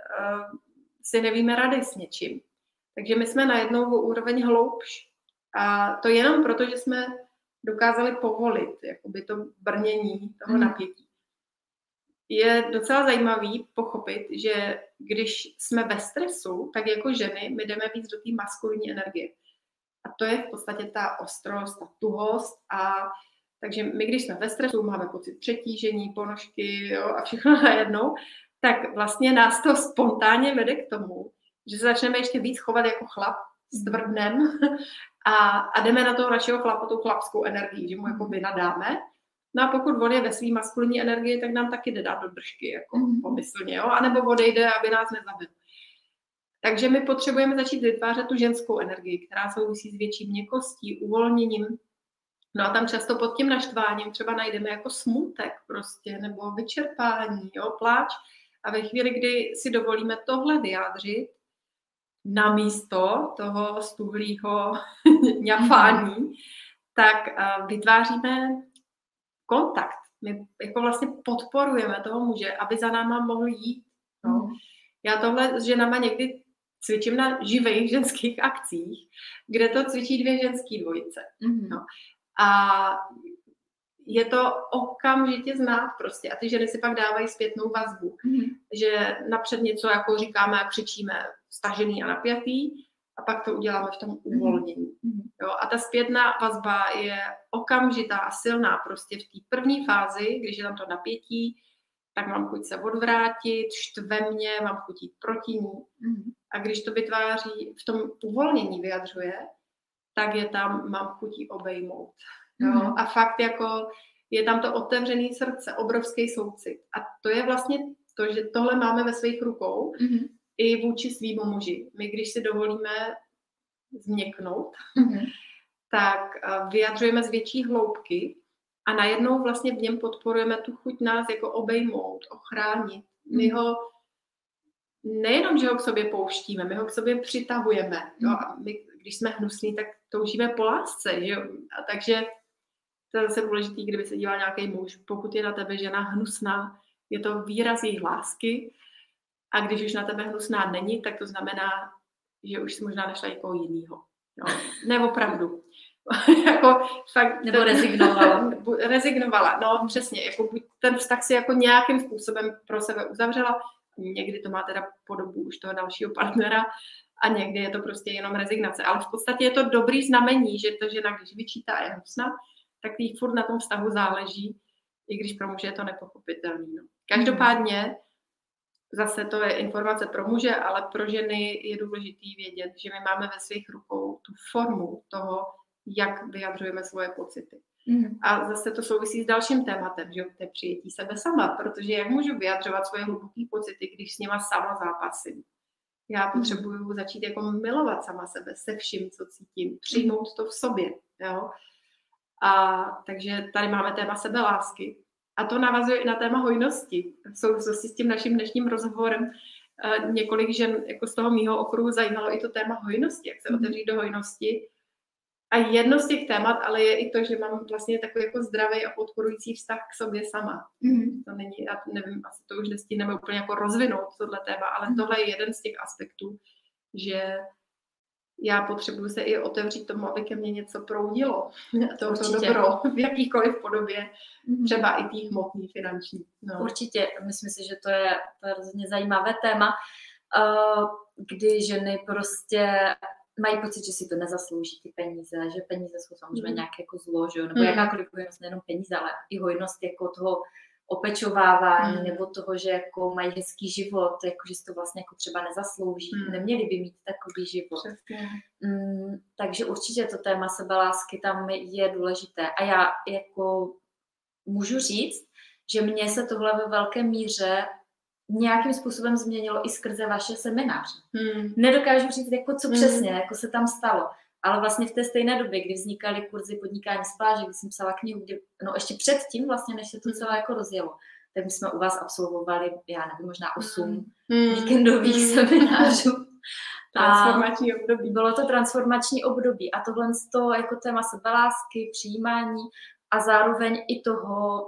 Speaker 2: si nevíme rady s něčím. Takže my jsme najednou o úroveň hloubš. A to jenom proto, že jsme dokázali povolit jakoby to brnění toho napětí. Je docela zajímavý pochopit, že když jsme ve stresu, tak jako ženy my jdeme víc do té maskulinní energie. A to je v podstatě ta ostrost, ta tuhost. A takže my, když jsme ve stresu, máme pocit přetížení, ponožky, jo, a všechno najednou, tak vlastně nás to spontánně vede k tomu, že se začneme ještě víc chovat jako chlap s tvrdnem a jdeme na toho našeho chlapa tou chlapskou energií, že mu jako vynadáme. No a pokud on je ve své maskulinní energii, tak nám taky jde dát do držky, jako pomyslně, jo, anebo odejde, aby nás nezabil. Takže my potřebujeme začít vytvářet tu ženskou energii, která souvisí s větší měkkostí, uvolněním. No a tam často pod tím naštváním třeba najdeme jako smutek prostě, nebo vyčerpání, jo, pláč. A ve chvíli, kdy si dovolíme tohle vyjádřit, namísto toho stuhlýho ňafání, tak vytváříme kontakt. My jako vlastně podporujeme toho muže, aby za náma mohl jít. No. Já tohle s ženama někdy cvičím na živých ženských akcích, kde to cvičí 2 ženský dvojice. No. A je to okamžitě znát prostě. A ty ženy si pak dávají zpětnou vazbu. Že napřed něco jako říkáme a křičíme stažený a napjatý a pak to uděláme v tom uvolnění. Jo? A ta zpětná vazba je okamžitá a silná prostě v té první fázi, když je tam to napětí, tak mám chuť se odvrátit, štve mě, mám chuť jít proti ní. A když to vytváří, v tom uvolnění vyjadřuje, tak je tam, mám chuť jí obejmout. Jo? A fakt jako je tam to otevřené srdce, obrovský soucit. A to je vlastně to, že tohle máme ve svých rukou i vůči svýmu muži. My, když si dovolíme změknout, tak vyjadřujeme z větší hloubky a najednou vlastně v něm podporujeme tu chuť nás jako obejmout, ochránit. My ho nejenom, že ho k sobě pouštíme, my ho k sobě přitahujeme. Jo? A my, když jsme hnusní, tak toužíme po lásce. Že jo? A takže to je zase důležitý, kdyby se díval nějaký muž. Pokud je na tebe žena hnusná, je to výraz jejich lásky. A když už na tebe hnusná není, tak to znamená, že už si možná našla někoho jinýho. Jo? Ne opravdu. Jako, fakt,
Speaker 1: nebo rezignovala.
Speaker 2: Rezignovala, no přesně. Jako, ten vztah si jako nějakým způsobem pro sebe uzavřela. Někdy to má teda podobu už toho dalšího partnera a někdy je to prostě jenom rezignace. Ale v podstatě je to dobrý znamení, že ta žena, když vyčítá a je hnusná, tak jí furt na tom vztahu záleží, i když pro muže je to nepochopitelný. No. Každopádně, zase to je informace pro muže, ale pro ženy je důležitý vědět, že my máme ve svých rukou tu formu toho, jak vyjadřujeme svoje pocity. A zase to souvisí s dalším tématem, že to je přijetí sebe sama, protože jak můžu vyjadřovat svoje hluboké pocity, když s nima sama zápasím. Já potřebuju začít jako milovat sama sebe se vším, co cítím, přijmout to v sobě. Jo? A takže tady máme téma sebelásky. A to navazuje i na téma hojnosti. V souvislosti s tím naším dnešním rozhovorem několik žen jako z toho mýho okruhu zajímalo i to téma hojnosti, jak se otevřít do hojnosti. A jedno z těch témat, ale je i to, že mám vlastně takový jako zdravý a podporující vztah k sobě sama. To není, já nevím, asi to už nestihneme úplně jako rozvinout tohle téma, ale tohle je jeden z těch aspektů, že já potřebuji se i otevřít tomu, aby ke mně něco proudilo. To dobro v jakýkoliv podobě, třeba i tý hmotný, finanční. No.
Speaker 1: Určitě, myslím si, že to je rozhodně zajímavé téma, kdy ženy prostě mají pocit, že si to nezaslouží ty peníze, že peníze jsou samozřejmě nějaké jako zlo, že jo? Nebo jakákoliv hojnost, nejenom peníze, ale i hojnost jako toho opečovávání, nebo toho, že jako mají hezký život, jako že si to vlastně jako třeba nezaslouží. Neměli by mít takový život. Takže určitě to téma sebelásky tam je důležité. A já jako můžu říct, že mně se tohle ve velké míře nějakým způsobem změnilo i skrze vaše semináře. Nedokážu říct, jako co přesně, jako se tam stalo. Ale vlastně v té stejné době, kdy vznikaly kurzy podnikání z pláže, kdy jsem psala knihu, no ještě předtím vlastně, než se to celé jako rozjelo, tak my jsme u vás absolvovali, já nevím, možná 8 víkendových seminářů.
Speaker 2: Transformační období.
Speaker 1: Bylo to transformační období a tohle jako téma sebelásky, přijímání a zároveň i toho,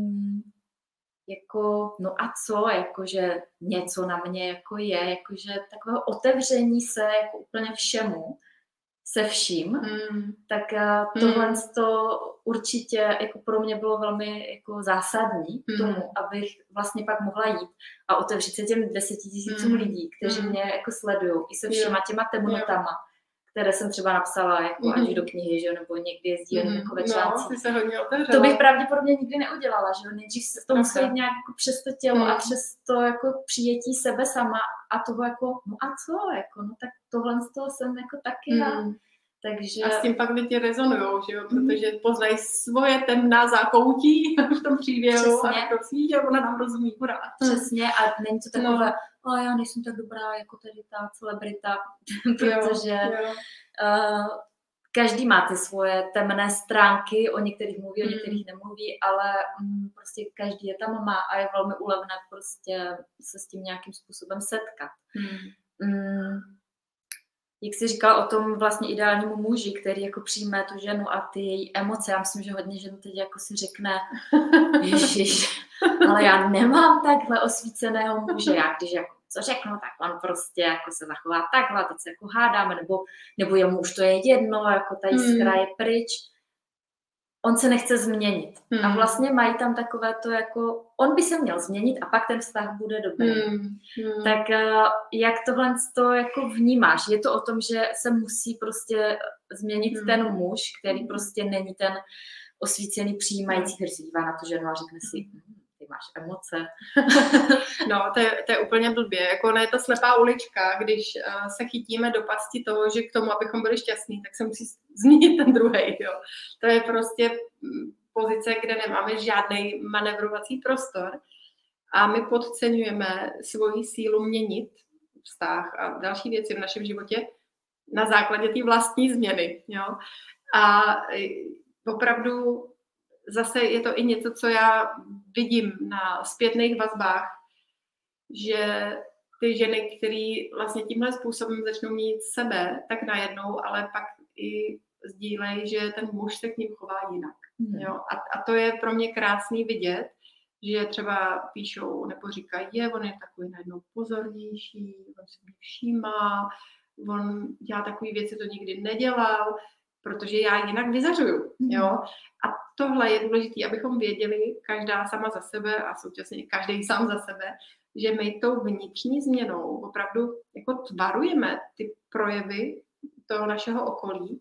Speaker 1: jako, no a co, jakože něco na mě jako je, jakože takového otevření se jako úplně všemu, se vším, tak tohle určitě jako pro mě bylo velmi jako zásadní k tomu, abych vlastně pak mohla jít a otevřít se těm 10 000 lidí, kteří mě jako sledují i se všema těma temnotama, které jsem třeba napsala jako ať do knihy, že, nebo někdy sdílím jako ve článcích. To bych pravděpodobně nikdy neudělala, že nejdřív se to musí jít nějak jako přes to tělo a přes to jako přijetí sebe sama a toho jako, no a co, jako, no tak tohle z toho jsem jako taky já. Takže...
Speaker 2: A s tím pak lidi rezonujou, že jo, protože poznají svoje temná zákoutí v tom příběhu a prosí, že ona nám rozumí, hurá.
Speaker 1: Přesně a není to takové, já nejsem tak dobrá jako tady ta celebrita, protože každý má ty svoje temné stránky, o některých mluví, o některých nemluví, ale prostě každý je tam má a je velmi úlevné prostě se s tím nějakým způsobem setkat. Jak jsi říkala o tom vlastně ideálnímu muži, který jako přijme tu ženu a ty její emoce, já myslím, že hodně žen teď jako si řekne, ježiš, ale já nemám takhle osvíceného muže, já když jako co řeknu, tak on prostě jako se zachová takhle, teď se jako hádáme, nebo jemu už to je jedno, jako ta jiskra je pryč. On se nechce změnit. A vlastně mají tam takové to jako, on by se měl změnit a pak ten vztah bude dobrý. Tak jak tohle to jako vnímáš? Je to o tom, že se musí prostě změnit ten muž, který prostě není ten osvícený přijímající, který se dívá na tu ženu a řekne si, ty máš emoce.
Speaker 2: No, to je úplně blbě. Jako ona je to slepá ulička, když se chytíme do pasti toho, že k tomu, abychom byli šťastní, tak se musí změnit ten druhej. Jo. To je prostě pozice, kde nemáme žádný manevrovací prostor a my podceňujeme svoji sílu měnit vztah a další věci v našem životě na základě té vlastní změny. Jo. A opravdu zase je to i něco, co já vidím na zpětných vazbách, že ty ženy, které vlastně tímhle způsobem začnou mít sebe, tak najednou, ale pak i sdílejí, že ten muž se k ním chová jinak. Jo? A to je pro mě krásný vidět, že třeba píšou nebo říkají, on je takový najednou pozornější, on se mě všímá, on dělá takové věci, to nikdy nedělal, protože já jinak vyzařuju. Jo? A tohle je důležité, abychom věděli, každá sama za sebe a současně každý sám za sebe, že my tou vnitřní změnou opravdu jako tvarujeme ty projevy toho našeho okolí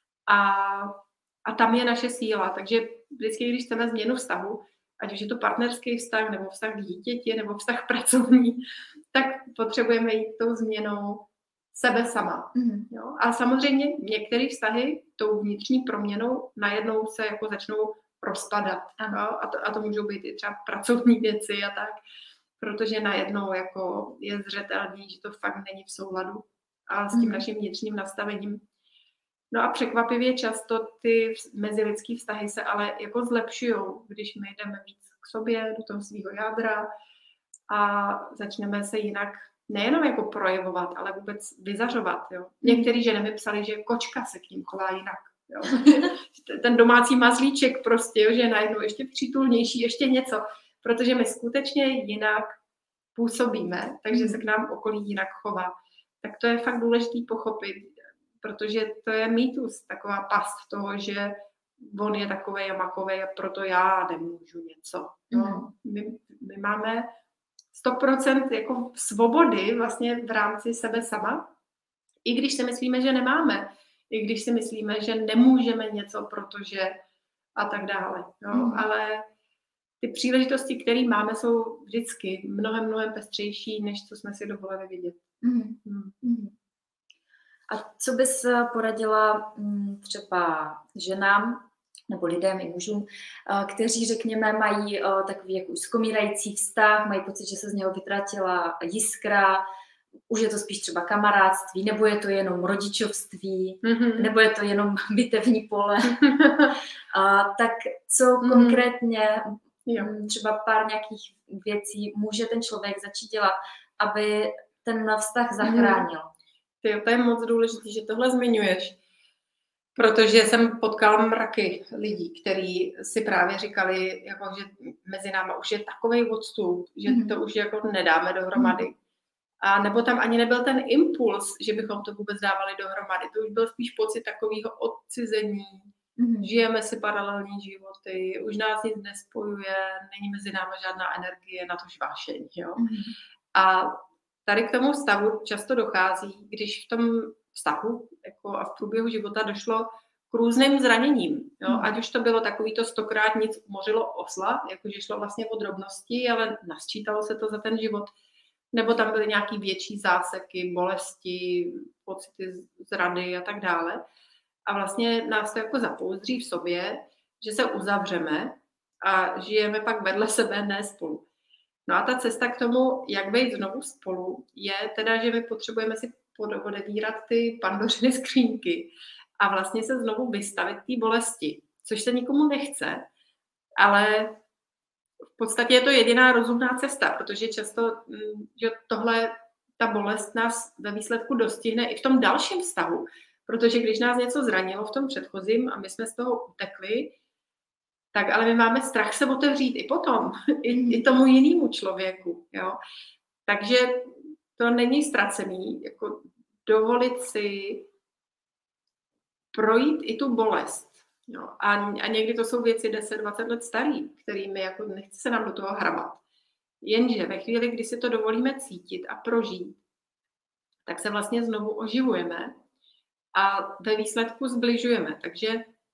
Speaker 2: a tam je naše síla. Takže vždycky, když chceme změnu vztahu, ať už je to partnerský vztah, nebo vztah k dítěti, nebo vztah pracovní, tak potřebujeme jít tou změnou sebe sama. Jo? A samozřejmě některé vztahy tou vnitřní proměnou najednou se jako začnou rozpadat. Jo? A to můžou být i třeba pracovní věci a tak, protože najednou jako je zřetelný, že to fakt není v souladu a s tím naším vnitřním nastavením. No a překvapivě často ty mezilidský vztahy se ale jako zlepšujou, když my jdeme víc k sobě, do toho svého jádra a začneme se jinak nejenom jako projevovat, ale vůbec vyzařovat. Jo. Některý ženy mi psali, že kočka se k ním chová jinak. Jo. Ten domácí mazlíček prostě, jo, že je najednou ještě přítulnější, ještě něco, protože my skutečně jinak působíme, takže se k nám okolí jinak chová. Tak to je fakt důležitý pochopit, protože to je mýtus, taková past toho, že on je takovej a makovej a proto já nemůžu něco. Jo. My máme 100% jako svobody vlastně v rámci sebe sama, i když si myslíme, že nemáme, i když si myslíme, že nemůžeme něco, protože a tak dále. Jo? Ale ty příležitosti, které máme, jsou vždycky mnohem pestřejší, než co jsme si dovolili vidět.
Speaker 1: A co bys poradila třeba ženám, nebo lidem i mužům, kteří, řekněme, mají takový jako už skomírající vztah, mají pocit, že se z něho vytratila jiskra, už je to spíš třeba kamarádství, nebo je to jenom rodičovství, nebo je to jenom bitevní pole. Tak co konkrétně třeba pár nějakých věcí může ten člověk začít dělat, aby ten vztah zachránil.
Speaker 2: To je moc důležité, že tohle zmiňuješ. Protože jsem potkala mraky lidí, kteří si právě říkali, jako, že mezi náma už je takovej odstup, že to už jako nedáme dohromady. A nebo tam ani nebyl ten impuls, že bychom to vůbec dávali dohromady. To už byl spíš pocit takového odcizení. Žijeme si paralelní životy, už nás nic nespojuje, není mezi náma žádná energie, natož vášeň. Jo? A tady k tomu stavu často dochází, když v tom vztahu jako a v průběhu života došlo k různým zraněním. Jo? Ať už to bylo takový to 100krát nic umořilo osla, jakože šlo vlastně o drobnosti, ale nasčítalo se to za ten život. Nebo tam byly nějaký větší záseky, bolesti, pocity zrady a tak dále. A vlastně nás to jako zapouzdří v sobě, že se uzavřeme a žijeme pak vedle sebe, ne spolu. No a ta cesta k tomu, jak být znovu spolu, je teda, že my potřebujeme si odevírat ty Pandořiny skřínky a vlastně se znovu vystavit té bolesti, což se nikomu nechce, ale v podstatě je to jediná rozumná cesta, protože často že tohle, ta bolest nás ve výsledku dostihne i v tom dalším vztahu, protože když nás něco zranilo v tom předchozím a my jsme z toho utekli, tak ale my máme strach se otevřít i potom, i tomu jinému člověku. Jo? Takže to není ztracený, jako dovolit si projít i tu bolest. Jo? A někdy to jsou věci 10-20 let starý, kterými jako nechce se nám do toho hrabat. Jenže ve chvíli, kdy si to dovolíme cítit a prožít, tak se vlastně znovu oživujeme a ve výsledku zbližujeme. Takže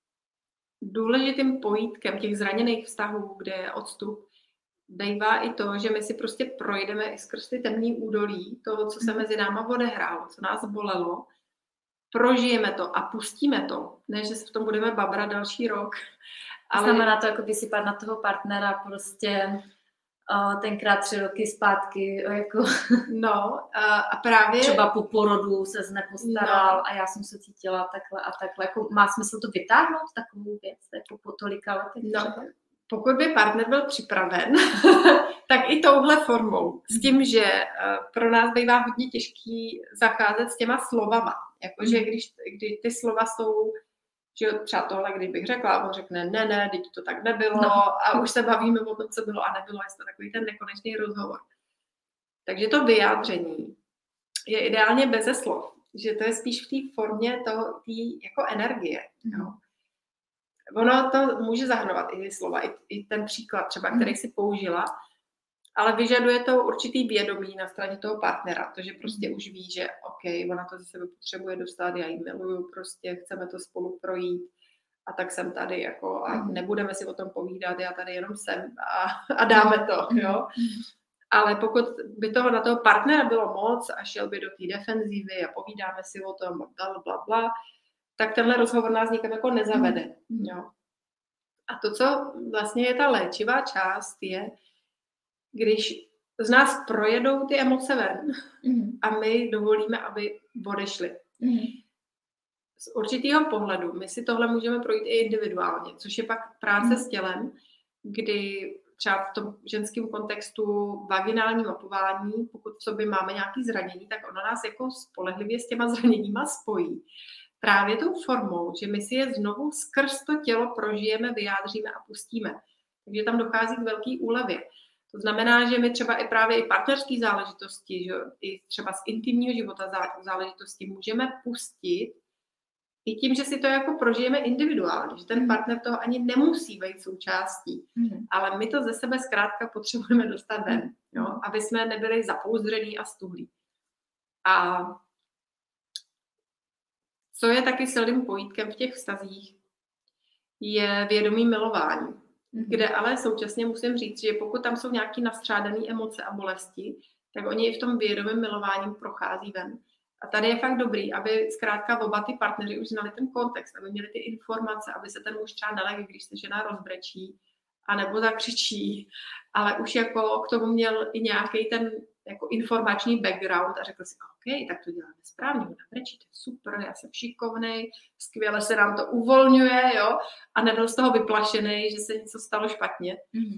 Speaker 2: důležitým pojítkem těch zraněných vztahů, kde je odstup, bývá i to, že my si prostě projdeme i skrz ty temný údolí toho, co se mezi náma odehrálo, co nás bolelo, prožijeme to a pustíme to, ne, že se v tom budeme babrat další rok.
Speaker 1: Ale znamená to jako vysypat na toho partnera prostě tenkrát 3 roky zpátky, jako
Speaker 2: no a právě
Speaker 1: třeba po porodu se nepostaral a já jsem se cítila takhle a takhle. Jako má smysl to vytáhnout, takovou věc, jako po tolika letech?
Speaker 2: No, pokud by partner byl připraven, tak i touhle formou. S tím, že pro nás bývá hodně těžký zacházet s těma slovama. Jakože když ty slova jsou, že třeba tohle, když bych řekla, a on řekne, ne, teď to tak nebylo a už se bavíme o tom, co bylo a nebylo, je to takový ten nekonečný rozhovor. Takže to vyjádření je ideálně beze slov, že to je spíš v té formě té jako energie. Jo. Ono to může zahrnovat i ty slova, i ten příklad třeba, který si použila, ale vyžaduje to určitý vědomí na straně toho partnera, to, že prostě už ví, že OK, ona to ze sebe potřebuje dostat, já ji miluju, prostě chceme to spolu projít a tak jsem tady jako a nebudeme si o tom povídat, já tady jenom jsem a dáme to, jo. Ale pokud by toho na toho partnera bylo moc a šel by do té defenzívy a povídáme si o tom bla, tak tenhle rozhovor nás nikam jako nezavede, jo. A to, co vlastně je ta léčivá část, je, když z nás projedou ty emoce ven a my dovolíme, aby odešly. Z určitého pohledu my si tohle můžeme projít i individuálně, což je pak práce s tělem, kdy třeba v tom ženském kontextu vaginální mapování, pokud v sobě máme nějaké zranění, tak ono nás jako spolehlivě s těma zraněníma spojí. Právě tou formou, že my si je znovu skrz to tělo prožijeme, vyjádříme a pustíme. Takže tam dochází k velké úlevě. To znamená, že my třeba i právě i partnerské záležitosti, že i třeba z intimního života záležitosti můžeme pustit i tím, že si to jako prožijeme individuálně, že ten partner toho ani nemusí být součástí, ale my to ze sebe zkrátka potřebujeme dostat ven, jo? Aby jsme nebyli zapouzdření a stuhlí. A co je taky silným pojítkem v těch vztazích, je vědomí milování. Kde ale současně musím říct, že pokud tam jsou nějaké nastřádané emoce a bolesti, tak oni i v tom vědomém milování prochází ven. A tady je fakt dobrý, aby zkrátka oba ty partneři už znali ten kontext, aby měli ty informace, aby se ten muž třeba nelekl, když se žena rozbrečí, anebo zakřičí, ale už jako k tomu měl i nějaký ten jako informační background a řekl si, OK, tak to děláme správně, ona brečí, to je super, já jsem šikovnej, skvěle se nám to uvolňuje, jo, a nebyl z toho vyplašený, že se něco stalo špatně.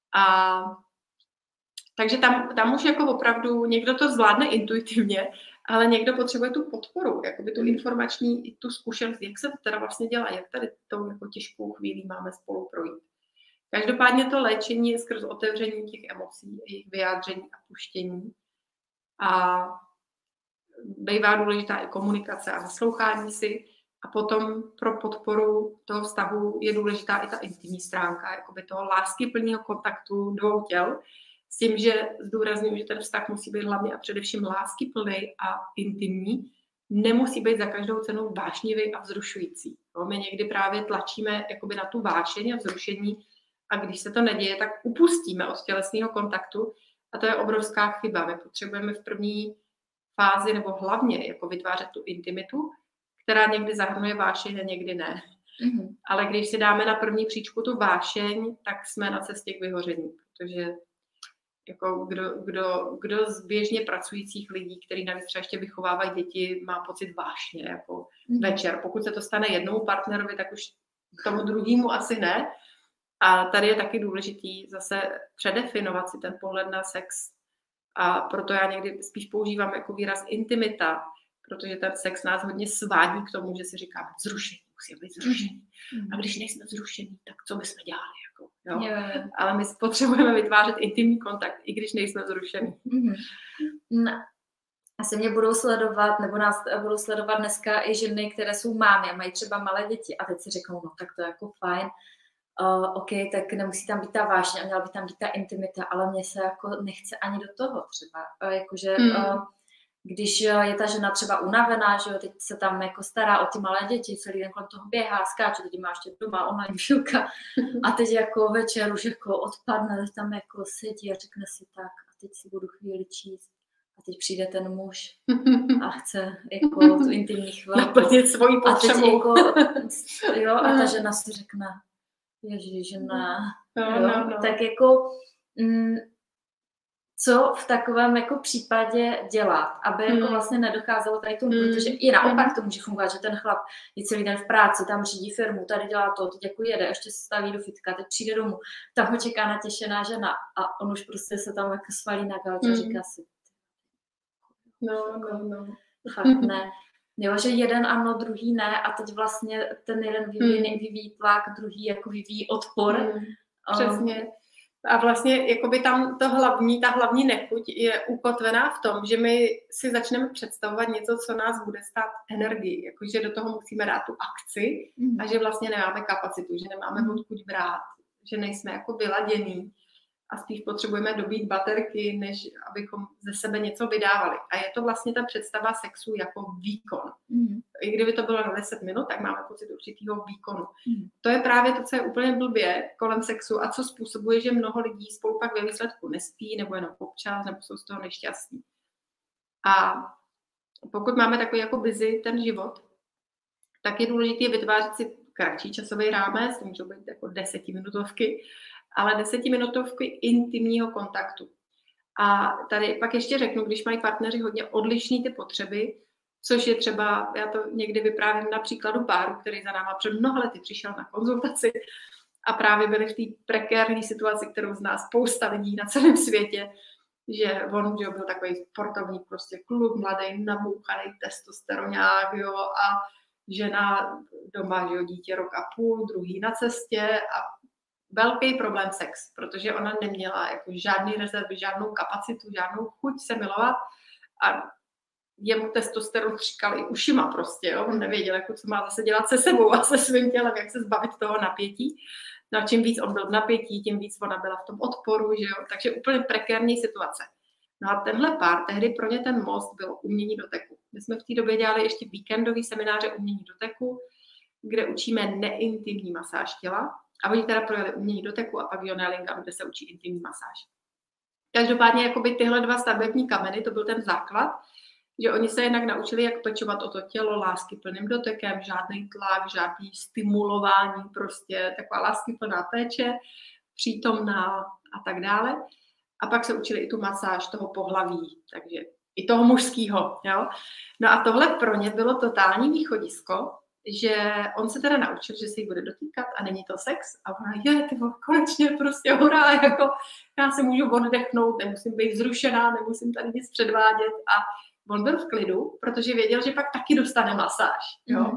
Speaker 2: A takže tam už jako opravdu někdo to zvládne intuitivně, ale někdo potřebuje tu podporu, jakoby tu informační, tu zkušenost, jak se to teda vlastně dělá, jak tady tou jako těžkou chvílí máme spolu projít. Každopádně to léčení je skrz otevření těch emocí, jejich vyjádření a puštění. A bývá důležitá i komunikace a naslouchání si. A potom pro podporu toho vztahu je důležitá i ta intimní stránka, jakoby toho láskyplného kontaktu dvou těl, s tím, že zdůrazním, že ten vztah musí být hlavně a především láskyplný a intimní, nemusí být za každou cenu vášnivý a vzrušující. My někdy právě tlačíme jakoby na tu vášeň a vzrušení a když se to neděje, tak upustíme od tělesného kontaktu a to je obrovská chyba. My potřebujeme v první fázi nebo hlavně jako vytvářet tu intimitu, která někdy zahrnuje vášeň a někdy ne. Mm-hmm. Ale když si dáme na první příčku tu vášeň, tak jsme na cestě k vyhoření, protože jako kdo z běžně pracujících lidí, který navíc třeba ještě vychovávají děti, má pocit vášně jako večer. Pokud se to stane jednomu partnerovi, tak už tomu druhému asi ne. A tady je taky důležitý zase předefinovat si ten pohled na sex. A proto já někdy spíš používám jako výraz intimita, protože ten sex nás hodně svádí k tomu, že si říkáme vzrušení, musíme být zrušení. A když nejsme zrušení, tak co bychom dělali? Jako, jo? Yeah. Ale my potřebujeme vytvářet intimní kontakt, i když nejsme zrušení.
Speaker 1: Asi mě budou sledovat, nebo nás budou sledovat dneska i ženy, které jsou mámy a mají třeba malé děti a teď si řeknou, no tak to je jako fajn, OK, tak nemusí tam být ta vášně a měla by tam být ta intimita, ale mně se jako nechce ani do toho třeba, jakože když je ta žena třeba unavená, že jo, teď se tam jako stará o ty malé děti, celý den kolem toho běhá, skáče, teď má ještě doma online výuka a teď jako večer už jako odpadne, tam jako sedí a řekne si tak a teď si budu chvíli číst a teď přijde ten muž a chce jako tu intimní chvilku.
Speaker 2: Naplnit svoji potřebu.
Speaker 1: A teď jako, jo, a ta žena si řekne, ježiš, žena, no. Tak jako co v takovém jako případě dělat, aby jako vlastně nedocházelo tady tomu, protože i naopak to může fungovat, že ten chlap je celý den v práci, tam řídí firmu, tady dělá to, teď jako jede, ještě se staví do fitka, teď přijde domů, tam ho čeká natěšená žena a on už prostě se tam jako svalí na gauč a říká si,
Speaker 2: no.
Speaker 1: Fakt ne. Jo, že jeden ano, druhý ne a teď vlastně ten jeden vyvíjí tlak, druhý jako vyvíjí odpor.
Speaker 2: Přesně. A vlastně jakoby tam ta hlavní nechuť je ukotvená v tom, že my si začneme představovat něco, co nás bude stát energii, jakože do toho musíme dát tu akci a že vlastně nemáme kapacitu, že nemáme odkud brát, že nejsme jako vyladění a spíš potřebujeme dobít baterky, než abychom ze sebe něco vydávali. A je to vlastně ta představa sexu jako výkon. I kdyby to bylo na 10 minut, tak máme pocit určitého výkonu. To je právě to, co je úplně blbě kolem sexu a co způsobuje, že mnoho lidí spolu pak ve výsledku nespí, nebo jenom občas, nebo jsou z toho nešťastní. A pokud máme takový jako busy ten život, tak je důležité vytvářet si kratší časový rámec, to můžou být jako 10minutovky, ale 10minutovky intimního kontaktu. A tady pak ještě řeknu, když mají partneři hodně odlišný ty potřeby, což je třeba, já to někdy vyprávím na příkladu páru, který za náma před mnoha lety přišel na konzultaci a právě byli v té prekérní situaci, kterou zná spousta lidí na celém světě, že on že byl takový sportovní prostě kluk, mladý, nabouchaný testosteronák, jo, a žena doma, že jo, dítě rok a půl, druhý na cestě a velký problém sex, protože ona neměla jako žádný rezervy, žádnou kapacitu, žádnou chuť se milovat a jemu testosteron říkal i ušima prostě, jo? On nevěděl, jako, co má zase dělat se sebou a se svým tělem, jak se zbavit toho napětí. No a čím víc on byl v napětí, tím víc ona byla v tom odporu, že jo? Takže úplně prekérní situace. No a tenhle pár, tehdy pro ně ten most byl umění doteku. My jsme v té době dělali ještě víkendový semináře umění doteku, kde učíme neintimní masáž těla. A oni teda projeli umění doteku a pak journaling, kde se učí intimní masáž. Každopádně jakoby tyhle dva stavební kameny, to byl ten základ, že oni se jednak naučili, jak pečovat o to tělo láskyplným dotekem, žádný tlak, žádný stimulování, prostě taková láskyplná péče, přítomná a tak dále. A pak se učili i tu masáž toho pohlaví, takže i toho mužského. Jo? No a tohle pro ně bylo totální východisko, že on se teda naučil, že se jí bude dotýkat a není to sex a ona konečně prostě hurá, jako já se můžu oddechnout, nemusím být vzrušená, nemusím tady nic předvádět a on byl v klidu, protože věděl, že pak taky dostane masáž, jo.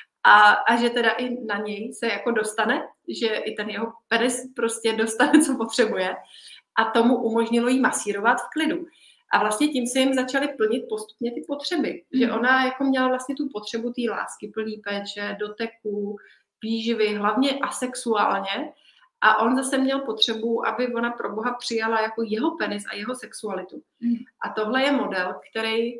Speaker 2: A že teda i na něj se jako dostane, že i ten jeho penis prostě dostane, co potřebuje a tomu umožnilo jí masírovat v klidu. A vlastně tím se jim začaly plnit postupně ty potřeby. Že ona jako měla vlastně tu potřebu té lásky, plný péče, doteku, výživy, hlavně asexuálně. A on zase měl potřebu, aby ona pro Boha přijala jako jeho penis a jeho sexualitu. A tohle je model, který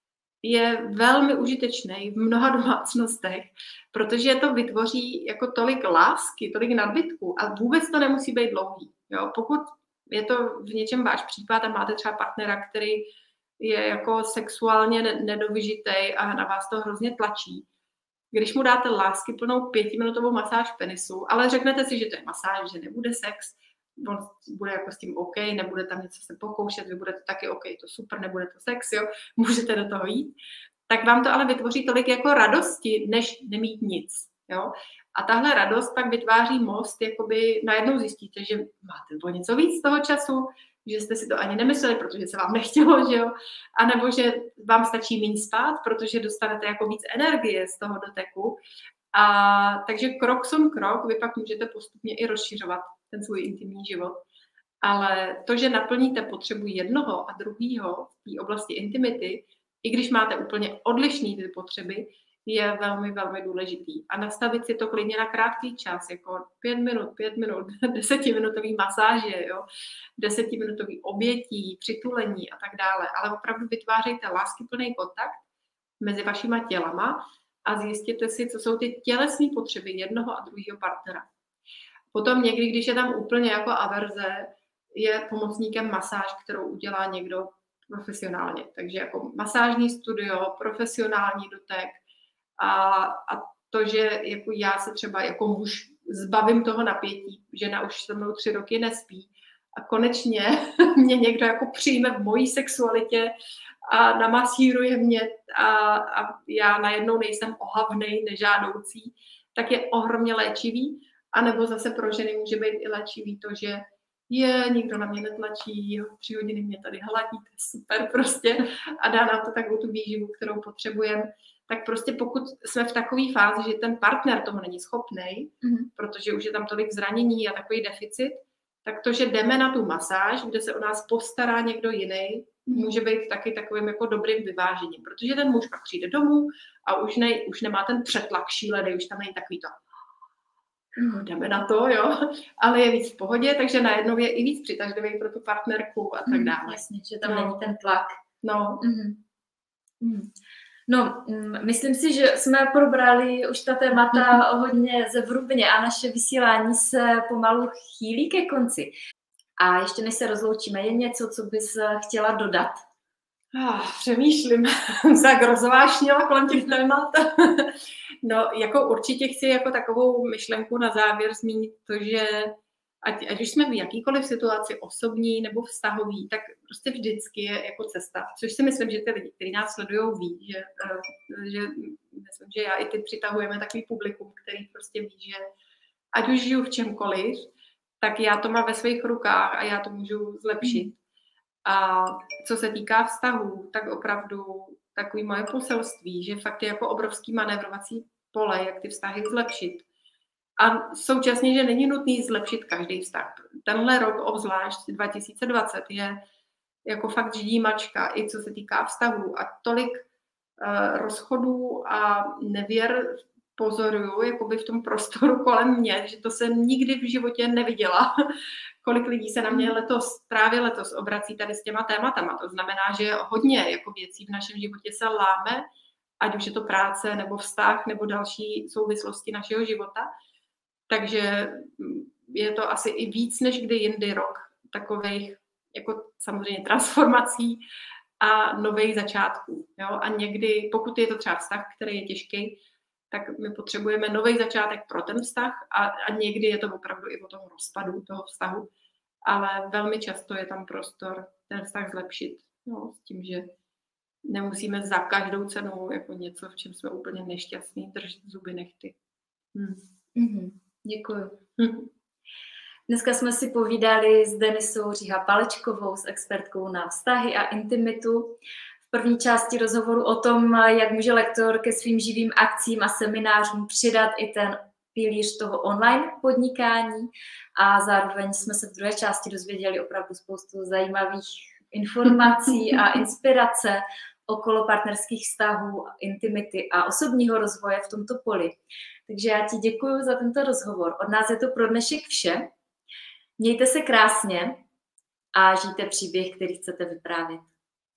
Speaker 2: je velmi užitečný v mnoha domácnostech, protože to vytvoří jako tolik lásky, tolik nadbytku a vůbec to nemusí být dlouhý. Jo? Pokud je to v něčem váš případ a máte třeba partnera, který je jako sexuálně nedovyžitej a na vás to hrozně tlačí, když mu dáte láskyplnou 5minutovou masáž penisu, ale řeknete si, že to je masáž, že nebude sex, on bude jako s tím OK, nebude tam něco se pokoušet, vy budete taky OK, to super, nebude to sex, jo, můžete do toho jít, tak vám to ale vytvoří tolik jako radosti, než nemít nic, jo. A tahle radost pak vytváří most, jakoby najednou zjistíte, že máte o něco víc z toho času, že jste si to ani nemysleli, protože se vám nechtělo, že jo, anebo že vám stačí méně spát, protože dostanete jako víc energie z toho doteku. A takže krok som krok, vy pak můžete postupně i rozšiřovat ten svůj intimní život. Ale to, že naplníte potřebu jednoho a druhého v té oblasti intimity, i když máte úplně odlišné ty potřeby, je velmi, velmi důležitý. A nastavit si to klidně na krátký čas, jako 5 minut, 10minutový masáže, jo? 10minutový obětí, přitulení a tak dále. Ale opravdu vytvářejte láskyplný kontakt mezi vašima tělama a zjistěte si, co jsou ty tělesné potřeby jednoho a druhého partnera. Potom někdy, když je tam úplně jako averze, je pomocníkem masáž, kterou udělá někdo profesionálně. Takže jako masážní studio, profesionální dotek a to, že jako já se třeba jako muž zbavím toho napětí, žena už se mnou 3 roky nespí a konečně mě někdo jako přijme v mojí sexualitě a namasíruje mě a já najednou nejsem ohavnej, nežádoucí, tak je ohromně léčivý. A nebo zase pro ženy může být i léčivý to, že nikdo na mě netlačí, 3 hodiny mě tady hladí, to je super prostě a dá nám to takovou tu výživu, kterou potřebujeme. Tak prostě pokud jsme v takové fázi, že ten partner toho není schopnej, protože už je tam tolik zranění a takový deficit, tak to, že jdeme na tu masáž, kde se o nás postará někdo jiný, může být taky takovým jako dobrým vyvážením, protože ten muž pak přijde domů a už nemá ten přetlak šílený, už tam není takový to jdeme na to, jo, ale je víc v pohodě, takže najednou je i víc přitažlivý pro tu partnerku a tak dále.
Speaker 1: Jasně, že tam není ten tlak.
Speaker 2: No.
Speaker 1: No, myslím si, že jsme probrali už ta témata hodně zevrubně a naše vysílání se pomalu chýlí ke konci. A ještě než se rozloučíme, je něco, co bys chtěla dodat?
Speaker 2: Přemýšlím, tak rozvášnila kolem těch témat. No, jako určitě chci jako takovou myšlenku na závěr zmínit to, že ať už jsme v jakýkoliv situaci osobní nebo vztahový, tak prostě vždycky je jako cesta. Což si myslím, že ty lidi, kteří nás sledují, ví, že myslím, že já i ty přitahujeme takový publikum, který prostě ví, že ať už žiju v čemkoliv, tak já to mám ve svých rukách a já to můžu zlepšit. A co se týká vztahů, tak opravdu takový moje poselství, že fakt je jako obrovský manévrovací pole, jak ty vztahy zlepšit. A současně, že není nutný zlepšit každý vztah. Tenhle rok obzvlášť 2020 je jako fakt ždímačka, i co se týká vztahů. A tolik rozchodů a nevěr pozoruju jakoby v tom prostoru kolem mě, že to jsem nikdy v životě neviděla. Kolik lidí se na mě právě letos obrací tady s těma tématama. To znamená, že hodně jako věcí v našem životě se láme, ať už je to práce, nebo vztah, nebo další souvislosti našeho života. Takže je to asi i víc než kdy jindy rok takových jako samozřejmě transformací a nových začátků. Jo? A někdy, pokud je to třeba vztah, který je těžký, tak my potřebujeme nový začátek pro ten vztah a někdy je to opravdu i o tom rozpadu toho vztahu, ale velmi často je tam prostor ten vztah zlepšit. No, s tím, že nemusíme za každou cenu jako něco, v čem jsme úplně nešťastní, držet zuby nehty.
Speaker 1: Děkuju. Dneska jsme si povídali s Denisou Říha-Palečkovou, s expertkou na vztahy a intimitu. V první části rozhovoru o tom, jak může lektor ke svým živým akcím a seminářům přidat i ten pilíř toho online podnikání, a zároveň jsme se v druhé části dozvěděli opravdu spoustu zajímavých informací a inspirace okolo partnerských vztahů, intimity a osobního rozvoje v tomto poli. Takže já ti děkuji za tento rozhovor. Od nás je to pro dnešek vše. Mějte se krásně a žijte příběh, který chcete vyprávět.